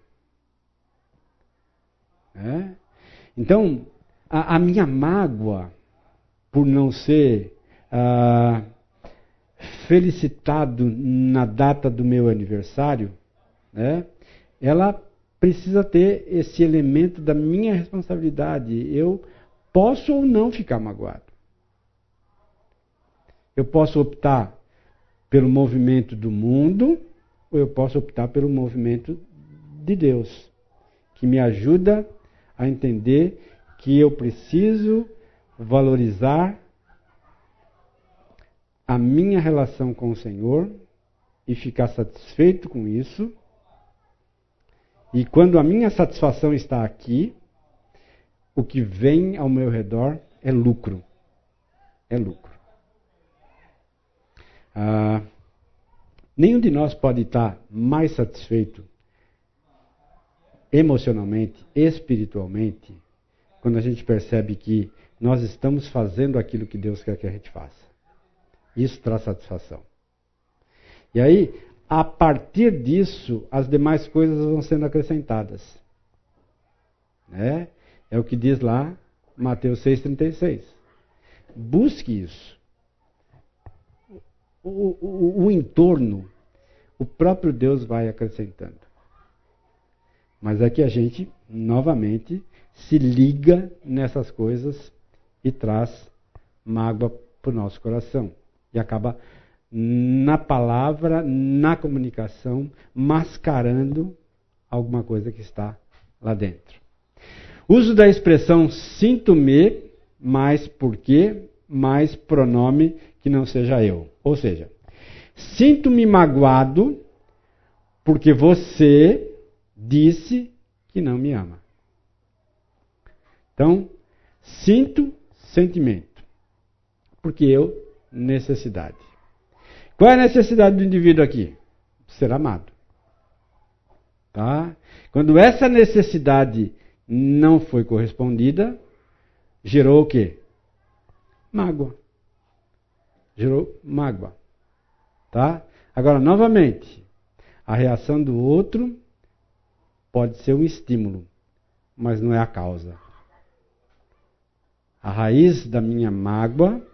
Né? Então, a, a minha mágoa por não ser ah, felicitado na data do meu aniversário, né, ela precisa ter esse elemento da minha responsabilidade. Eu posso ou não ficar magoado. Eu posso optar pelo movimento do mundo, ou eu posso optar pelo movimento de Deus, que me ajuda a entender que eu preciso valorizar a minha relação com o Senhor e ficar satisfeito com isso. E quando a minha satisfação está aqui, o que vem ao meu redor é lucro. É lucro. Ah, nenhum de nós pode estar mais satisfeito emocionalmente, espiritualmente, quando a gente percebe que nós estamos fazendo aquilo que Deus quer que a gente faça. Isso traz satisfação. E aí, a partir disso, as demais coisas vão sendo acrescentadas. Né? É o que diz lá Mateus seis, trinta e seis. Busque isso. O, o, o entorno, o próprio Deus vai acrescentando. Mas é que a gente, novamente, se liga nessas coisas e traz mágoa para o nosso coração. E acaba na palavra, na comunicação, mascarando alguma coisa que está lá dentro. Uso da expressão sinto-me, mais porque, mais pronome que não seja eu. Ou seja, sinto-me magoado porque você disse que não me ama. Então, sinto sentimento. Porque eu, necessidade. Qual é a necessidade do indivíduo aqui? Ser amado. Tá? Quando essa necessidade não foi correspondida, gerou o quê? Mágoa. Gerou mágoa. Tá? Agora, novamente, a reação do outro pode ser um estímulo, mas não é a causa. A raiz da minha mágoa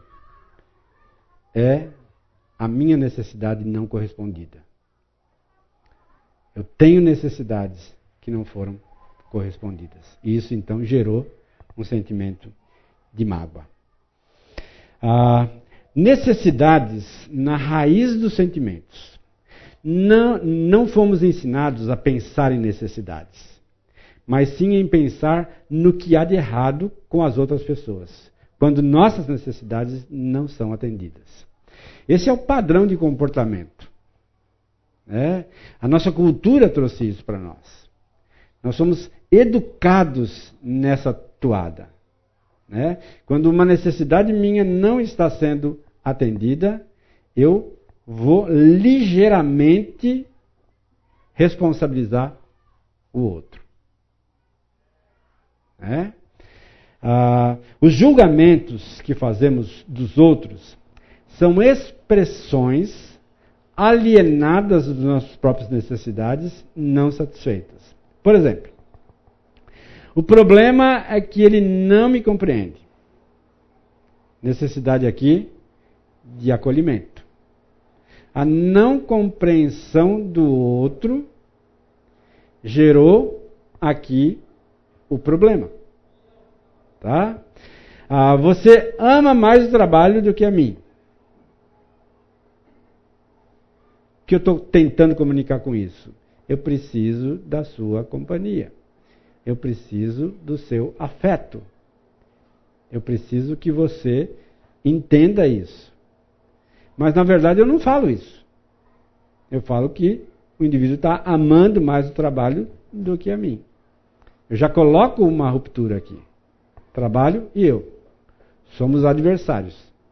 é a minha necessidade não correspondida. Eu tenho necessidades que não foram correspondidas. E isso então gerou um sentimento de mágoa. Ah, necessidades na raiz dos sentimentos. Não, não fomos ensinados a pensar em necessidades, mas sim em pensar no que há de errado com as outras pessoas, quando nossas necessidades não são atendidas. Esse é o padrão de comportamento. Né? A nossa cultura trouxe isso para nós. Nós somos educados nessa toada. Né? Quando uma necessidade minha não está sendo atendida, eu vou ligeiramente responsabilizar o outro. Né? Ah, os julgamentos que fazemos dos outros são expressões alienadas das nossas próprias necessidades não satisfeitas. Por exemplo, o problema é que ele não me compreende. Necessidade aqui de acolhimento. A não compreensão do outro gerou aqui o problema. Tá? Ah, você ama mais o trabalho do que a mim. O que eu estou tentando comunicar com isso? Eu preciso da sua companhia. Eu preciso do seu afeto. Eu preciso que você entenda isso. Mas, na verdade, eu não falo isso. Eu falo que o indivíduo está amando mais o trabalho do que a mim. Eu já coloco uma ruptura aqui. Trabalho e eu. Somos adversários.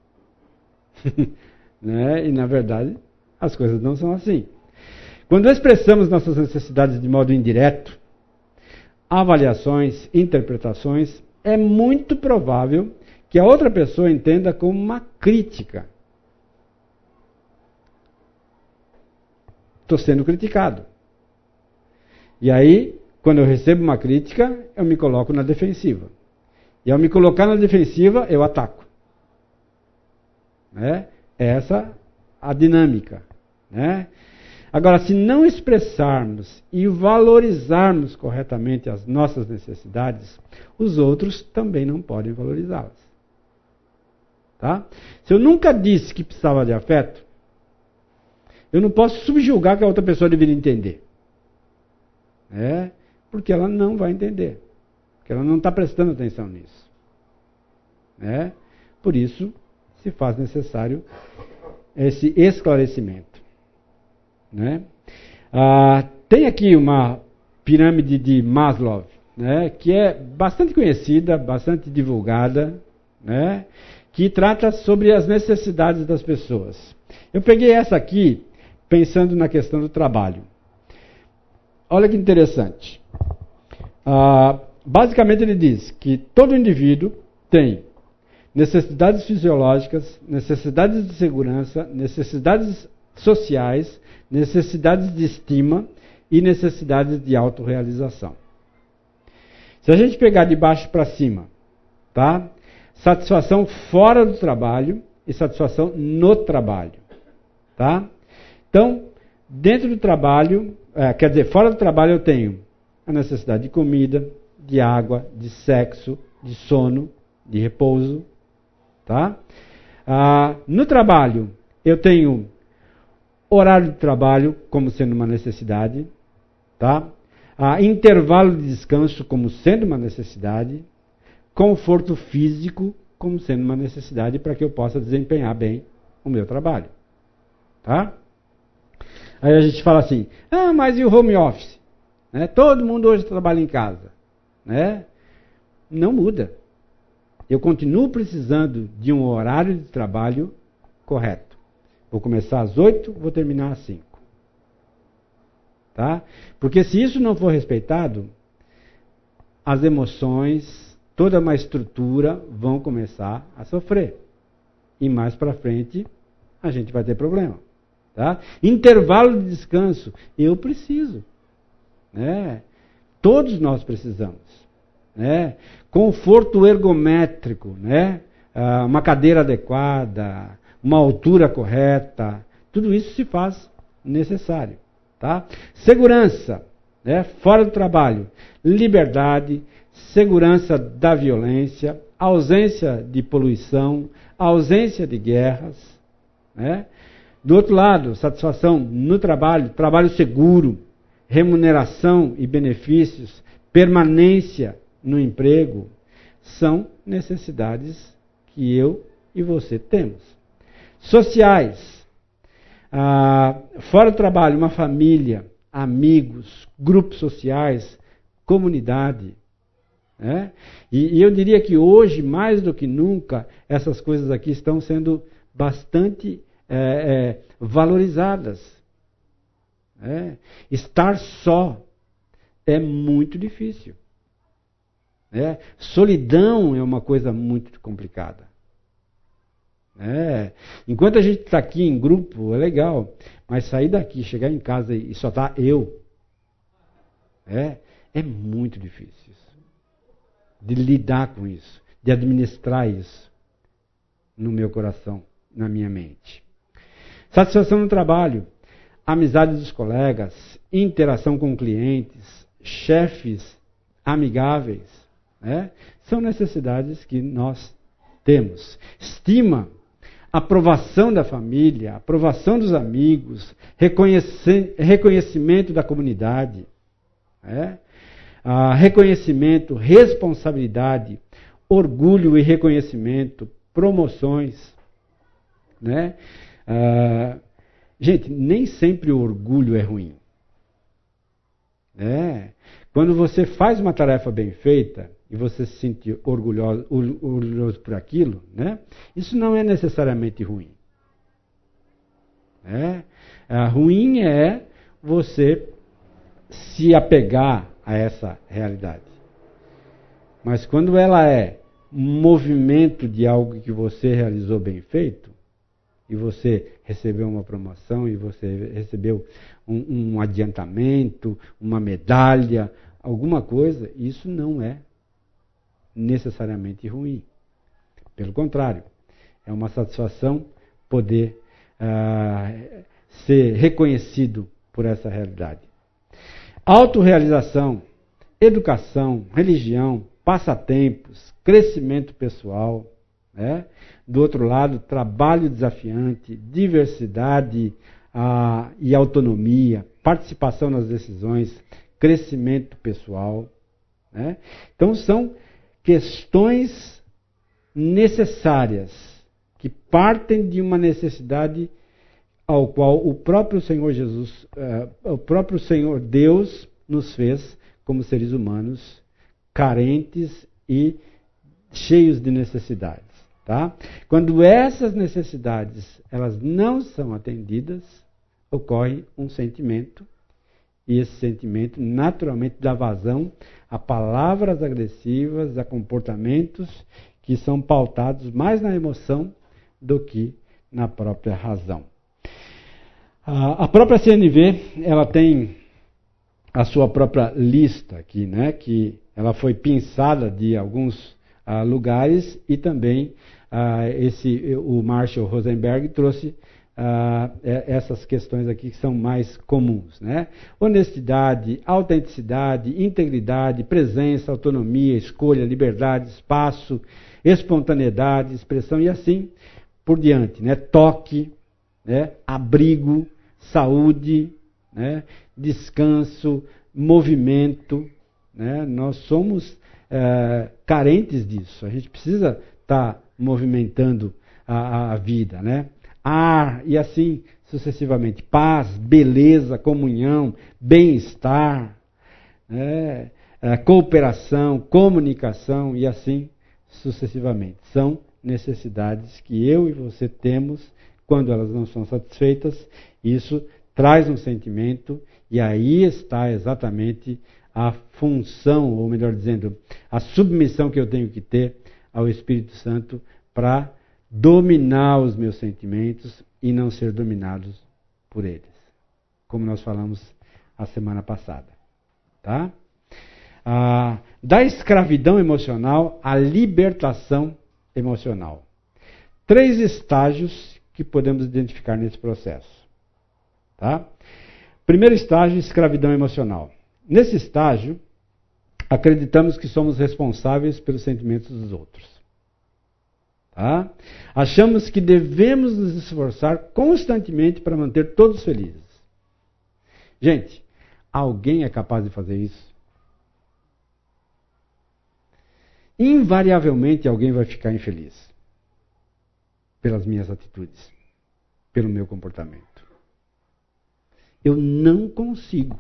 Né? E, na verdade, as coisas não são assim. Quando expressamos nossas necessidades de modo indireto, avaliações, interpretações, é muito provável que a outra pessoa entenda como uma crítica. Estou sendo criticado. E aí, quando eu recebo uma crítica, eu me coloco na defensiva. E ao me colocar na defensiva, eu ataco. Né? Essa a dinâmica. Né? Agora, se não expressarmos e valorizarmos corretamente as nossas necessidades, os outros também não podem valorizá-las. Tá? Se eu nunca disse que precisava de afeto, eu não posso subjugar que a outra pessoa deveria entender. É, porque ela não vai entender. Porque ela não está prestando atenção nisso. É, por isso, se faz necessário esse esclarecimento. Né? Ah, tem aqui uma pirâmide de Maslow, né, que é bastante conhecida, bastante divulgada, né, que trata sobre as necessidades das pessoas. Eu peguei essa aqui pensando na questão do trabalho. Olha que interessante. Ah, basicamente ele diz que todo indivíduo tem necessidades fisiológicas, necessidades de segurança, necessidades sociais, necessidades de estima e necessidades de autorrealização. Se a gente pegar de baixo para cima, tá? Satisfação fora do trabalho e satisfação no trabalho, tá? Então, dentro do trabalho, é, quer dizer, fora do trabalho eu tenho a necessidade de comida, de água, de sexo, de sono, de repouso, tá? Ah, no trabalho eu tenho horário de trabalho como sendo uma necessidade, tá? Ah, intervalo de descanso como sendo uma necessidade, conforto físico como sendo uma necessidade para que eu possa desempenhar bem o meu trabalho, tá? Aí a gente fala assim, ah, mas e o home office? Né? Todo mundo hoje trabalha em casa, né? Não muda. Eu continuo precisando de um horário de trabalho correto. Vou começar às oito, vou terminar às cinco. Tá? Porque se isso não for respeitado, as emoções, toda uma estrutura vão começar a sofrer. E mais para frente, a gente vai ter problema. Tá? Intervalo de descanso, eu preciso. Né? Todos nós precisamos. Né? Conforto ergométrico, né? Ah, uma cadeira adequada, uma altura correta, tudo isso se faz necessário. Tá? Segurança, né? Fora do trabalho, liberdade, segurança da violência, ausência de poluição, ausência de guerras. Né? Do outro lado, satisfação no trabalho, trabalho seguro, remuneração e benefícios, permanência no emprego, são necessidades que eu e você temos. Sociais, ah, fora do trabalho, uma família, amigos, grupos sociais, comunidade. Né? E, e eu diria que hoje, mais do que nunca, essas coisas aqui estão sendo bastante é, é, valorizadas. É. Estar só é muito difícil. É. Solidão é uma coisa muito complicada. É. Enquanto a gente está aqui em grupo, é legal. Mas sair daqui, chegar em casa e só tá eu, é, é muito difícil. De lidar com isso, de administrar isso no meu coração, na minha mente. Satisfação no trabalho, amizade dos colegas, interação com clientes, chefes amigáveis, né? São necessidades que nós temos. Estima, aprovação da família, aprovação dos amigos, reconhece, reconhecimento da comunidade, né? Ah, reconhecimento, responsabilidade, orgulho e reconhecimento, promoções, né? Ah, gente, nem sempre o orgulho é ruim. É. Quando você faz uma tarefa bem feita e você se sente orgulhoso, orgulhoso por aquilo, né? Isso não é necessariamente ruim. Né? A ruim é você se apegar a essa realidade. Mas quando ela é um movimento de algo que você realizou bem feito, e você recebeu uma promoção, e você recebeu um, um adiantamento, uma medalha, alguma coisa, isso não é necessariamente ruim. Pelo contrário, é uma satisfação poder uh, ser reconhecido por essa realidade. Autorrealização, educação, religião, passatempos, crescimento pessoal, né? Do outro lado, trabalho desafiante, diversidade ah, e autonomia, participação nas decisões, crescimento pessoal. Né? Então, são questões necessárias que partem de uma necessidade ao qual o próprio Senhor Jesus, uh, o próprio Senhor Deus nos fez como seres humanos carentes e cheios de necessidades. Tá? Quando essas necessidades elas não são atendidas, ocorre um sentimento, e esse sentimento naturalmente dá vazão a palavras agressivas, a comportamentos que são pautados mais na emoção do que na própria razão. A própria C N V, ela tem a sua própria lista aqui, né, que ela foi pinçada de alguns uh, lugares e também uh, esse, o Marshall Rosenberg trouxe uh, essas questões aqui que são mais comuns. Né? Honestidade, autenticidade, integridade, presença, autonomia, escolha, liberdade, espaço, espontaneidade, expressão e assim por diante. Né? Toque, né? Abrigo, saúde, né? Descanso, movimento. Né? Nós somos é, carentes disso. A gente precisa estar tá movimentando a, a vida. Né? Ar e assim sucessivamente. Paz, beleza, comunhão, bem-estar, né? é, cooperação, comunicação e assim sucessivamente. São necessidades que eu e você temos. Quando elas não são satisfeitas, isso traz um sentimento e aí está exatamente a função, ou melhor dizendo, a submissão que eu tenho que ter ao Espírito Santo para dominar os meus sentimentos e não ser dominados por eles. Como nós falamos a semana passada. Tá? Ah, da escravidão emocional à libertação emocional. Três estágios que podemos identificar nesse processo. Tá? Primeiro estágio, escravidão emocional. Nesse estágio, acreditamos que somos responsáveis pelos sentimentos dos outros. Tá? Achamos que devemos nos esforçar constantemente para manter todos felizes. Gente, alguém é capaz de fazer isso? Invariavelmente alguém vai ficar infeliz pelas minhas atitudes, pelo meu comportamento. Eu não consigo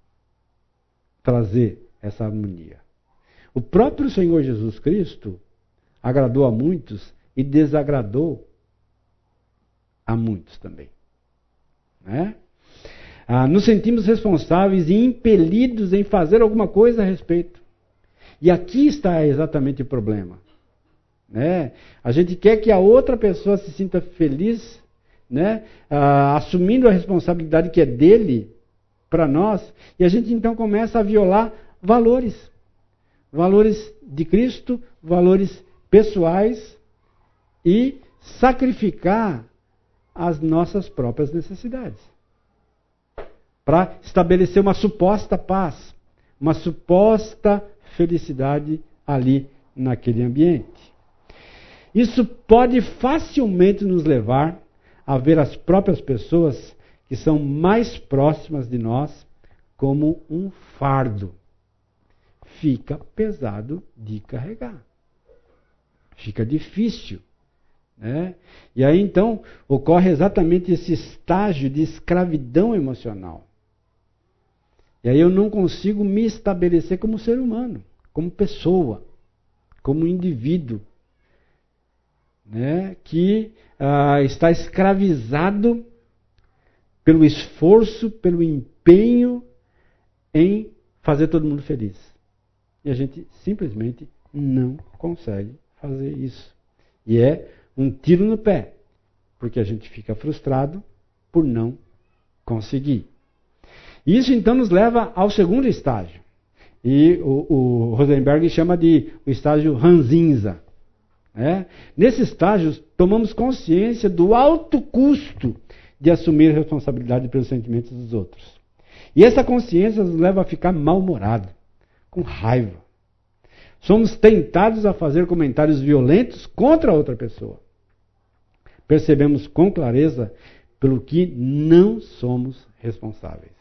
trazer essa harmonia. O próprio Senhor Jesus Cristo agradou a muitos e desagradou a muitos também. Né? Ah, nos sentimos responsáveis e impelidos em fazer alguma coisa a respeito. E aqui está exatamente o problema. Né? A gente quer que a outra pessoa se sinta feliz, né? ah, assumindo a responsabilidade que é dele para nós, e a gente então começa a violar valores. Valores de Cristo, valores pessoais, e sacrificar as nossas próprias necessidades. Para estabelecer uma suposta paz, uma suposta felicidade ali naquele ambiente. Isso pode facilmente nos levar a ver as próprias pessoas que são mais próximas de nós como um fardo. Fica pesado de carregar. Fica difícil. Né? E aí então ocorre exatamente esse estágio de escravidão emocional. E aí eu não consigo me estabelecer como ser humano, como pessoa, como indivíduo, né, que ah, está escravizado pelo esforço, pelo empenho em fazer todo mundo feliz. E a gente simplesmente não consegue fazer isso. E é um tiro no pé, porque a gente fica frustrado por não conseguir. Isso então nos leva ao segundo estágio. E o, o Rosenberg chama de o estágio ranzinza. Né? Nesse estágio, tomamos consciência do alto custo de assumir responsabilidade pelos sentimentos dos outros. E essa consciência nos leva a ficar mal-humorado, com raiva. Somos tentados a fazer comentários violentos contra outra pessoa. Percebemos com clareza pelo que não somos responsáveis.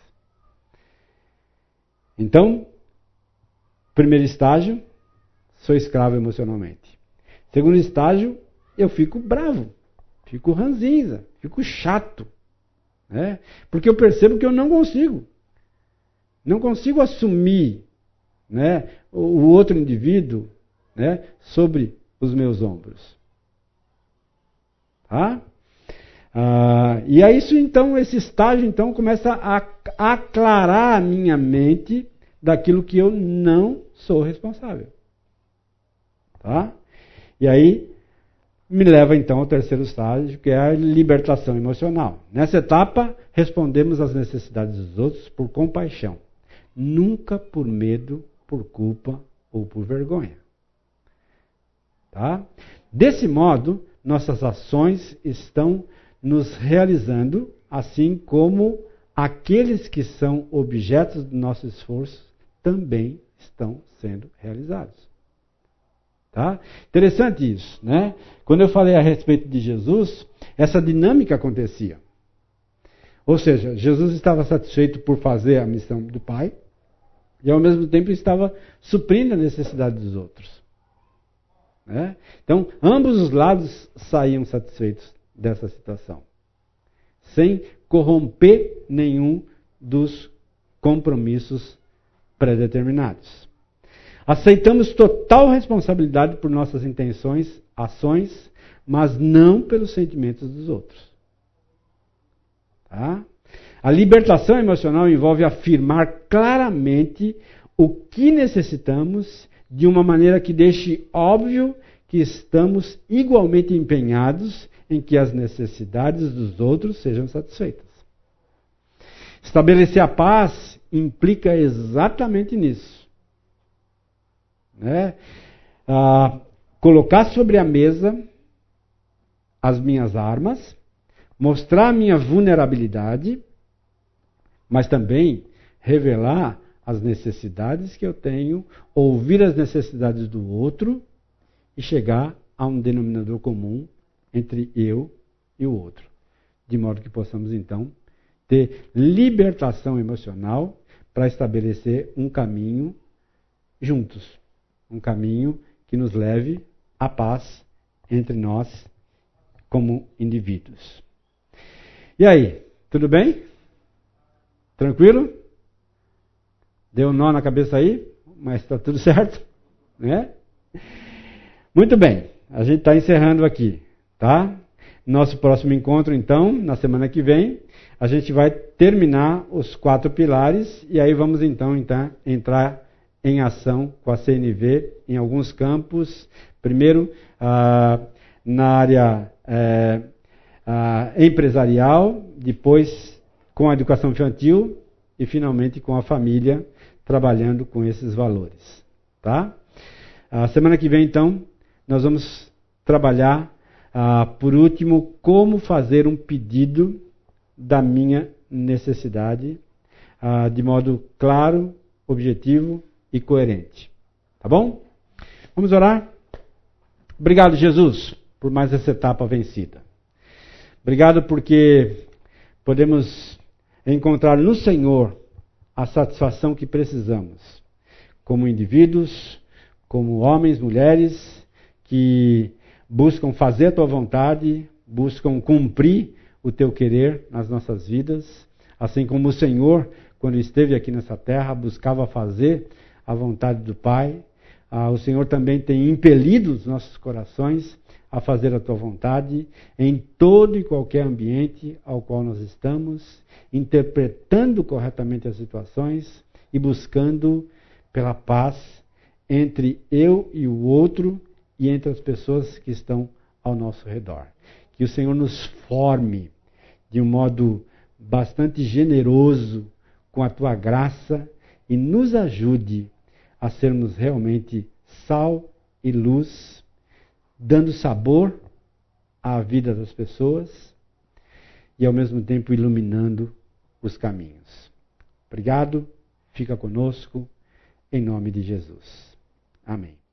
Então, primeiro estágio, sou escravo emocionalmente. Segundo estágio, eu fico bravo, fico ranzinza, fico chato. Né? Porque eu percebo que eu não consigo. Não consigo assumir, né, o outro indivíduo, né, sobre os meus ombros. Tá? Ah, e é isso então, esse estágio então começa a aclarar a minha mente daquilo que eu não sou responsável. Tá? E aí me leva então ao terceiro estágio, que é a libertação emocional. Nessa etapa, respondemos às necessidades dos outros por compaixão, nunca por medo, por culpa ou por vergonha. Tá? Desse modo, nossas ações estão nos realizando, assim como aqueles que são objetos do nosso esforço também estão sendo realizados. Tá? Interessante isso, né? Quando eu falei a respeito de Jesus, essa dinâmica acontecia. Ou seja, Jesus estava satisfeito por fazer a missão do Pai e ao mesmo tempo estava suprindo a necessidade dos outros. Né? Então, ambos os lados saíam satisfeitos dessa situação, sem corromper nenhum dos compromissos predeterminados. Aceitamos total responsabilidade por nossas intenções, ações, mas não pelos sentimentos dos outros. Tá? A libertação emocional envolve afirmar claramente o que necessitamos de uma maneira que deixe óbvio que estamos igualmente empenhados em que as necessidades dos outros sejam satisfeitas. Estabelecer a paz implica exatamente nisso. Né? Ah, colocar sobre a mesa as minhas armas, mostrar a minha vulnerabilidade, mas também revelar as necessidades que eu tenho, ouvir as necessidades do outro e chegar a um denominador comum entre eu e o outro. De modo que possamos, então, ter libertação emocional para estabelecer um caminho juntos. Um caminho que nos leve à paz entre nós como indivíduos. E aí, tudo bem? Tranquilo? Deu um nó na cabeça aí? Mas está tudo certo? Né? Muito bem, a gente está encerrando aqui, tá? Nosso próximo encontro, então, na semana que vem, a gente vai terminar os quatro pilares e aí vamos então, então entrar em ação com a C N V em alguns campos. Primeiro, ah, na área eh, ah, empresarial, depois com a educação infantil e finalmente com a família, trabalhando com esses valores. Tá? A semana que vem, então, nós vamos trabalhar, ah, por último, como fazer um pedido da minha necessidade ah, de modo claro, objetivo e coerente. Tá bom? Vamos orar? Obrigado, Jesus, por mais essa etapa vencida. Obrigado porque podemos encontrar no Senhor a satisfação que precisamos, como indivíduos, como homens, mulheres, que buscam fazer a Tua vontade, buscam cumprir o Teu querer nas nossas vidas, Assim como o Senhor, quando esteve aqui nessa terra, buscava fazer a vontade do Pai, ah, o Senhor também tem impelido os nossos corações a fazer a tua vontade em todo e qualquer ambiente ao qual nós estamos, interpretando corretamente as situações e buscando pela paz entre eu e o outro e entre as pessoas que estão ao nosso redor. Que o Senhor nos forme de um modo bastante generoso com a tua graça e nos ajude a sermos realmente sal e luz, dando sabor à vida das pessoas e ao mesmo tempo iluminando os caminhos. Obrigado, fica conosco, em nome de Jesus. Amém.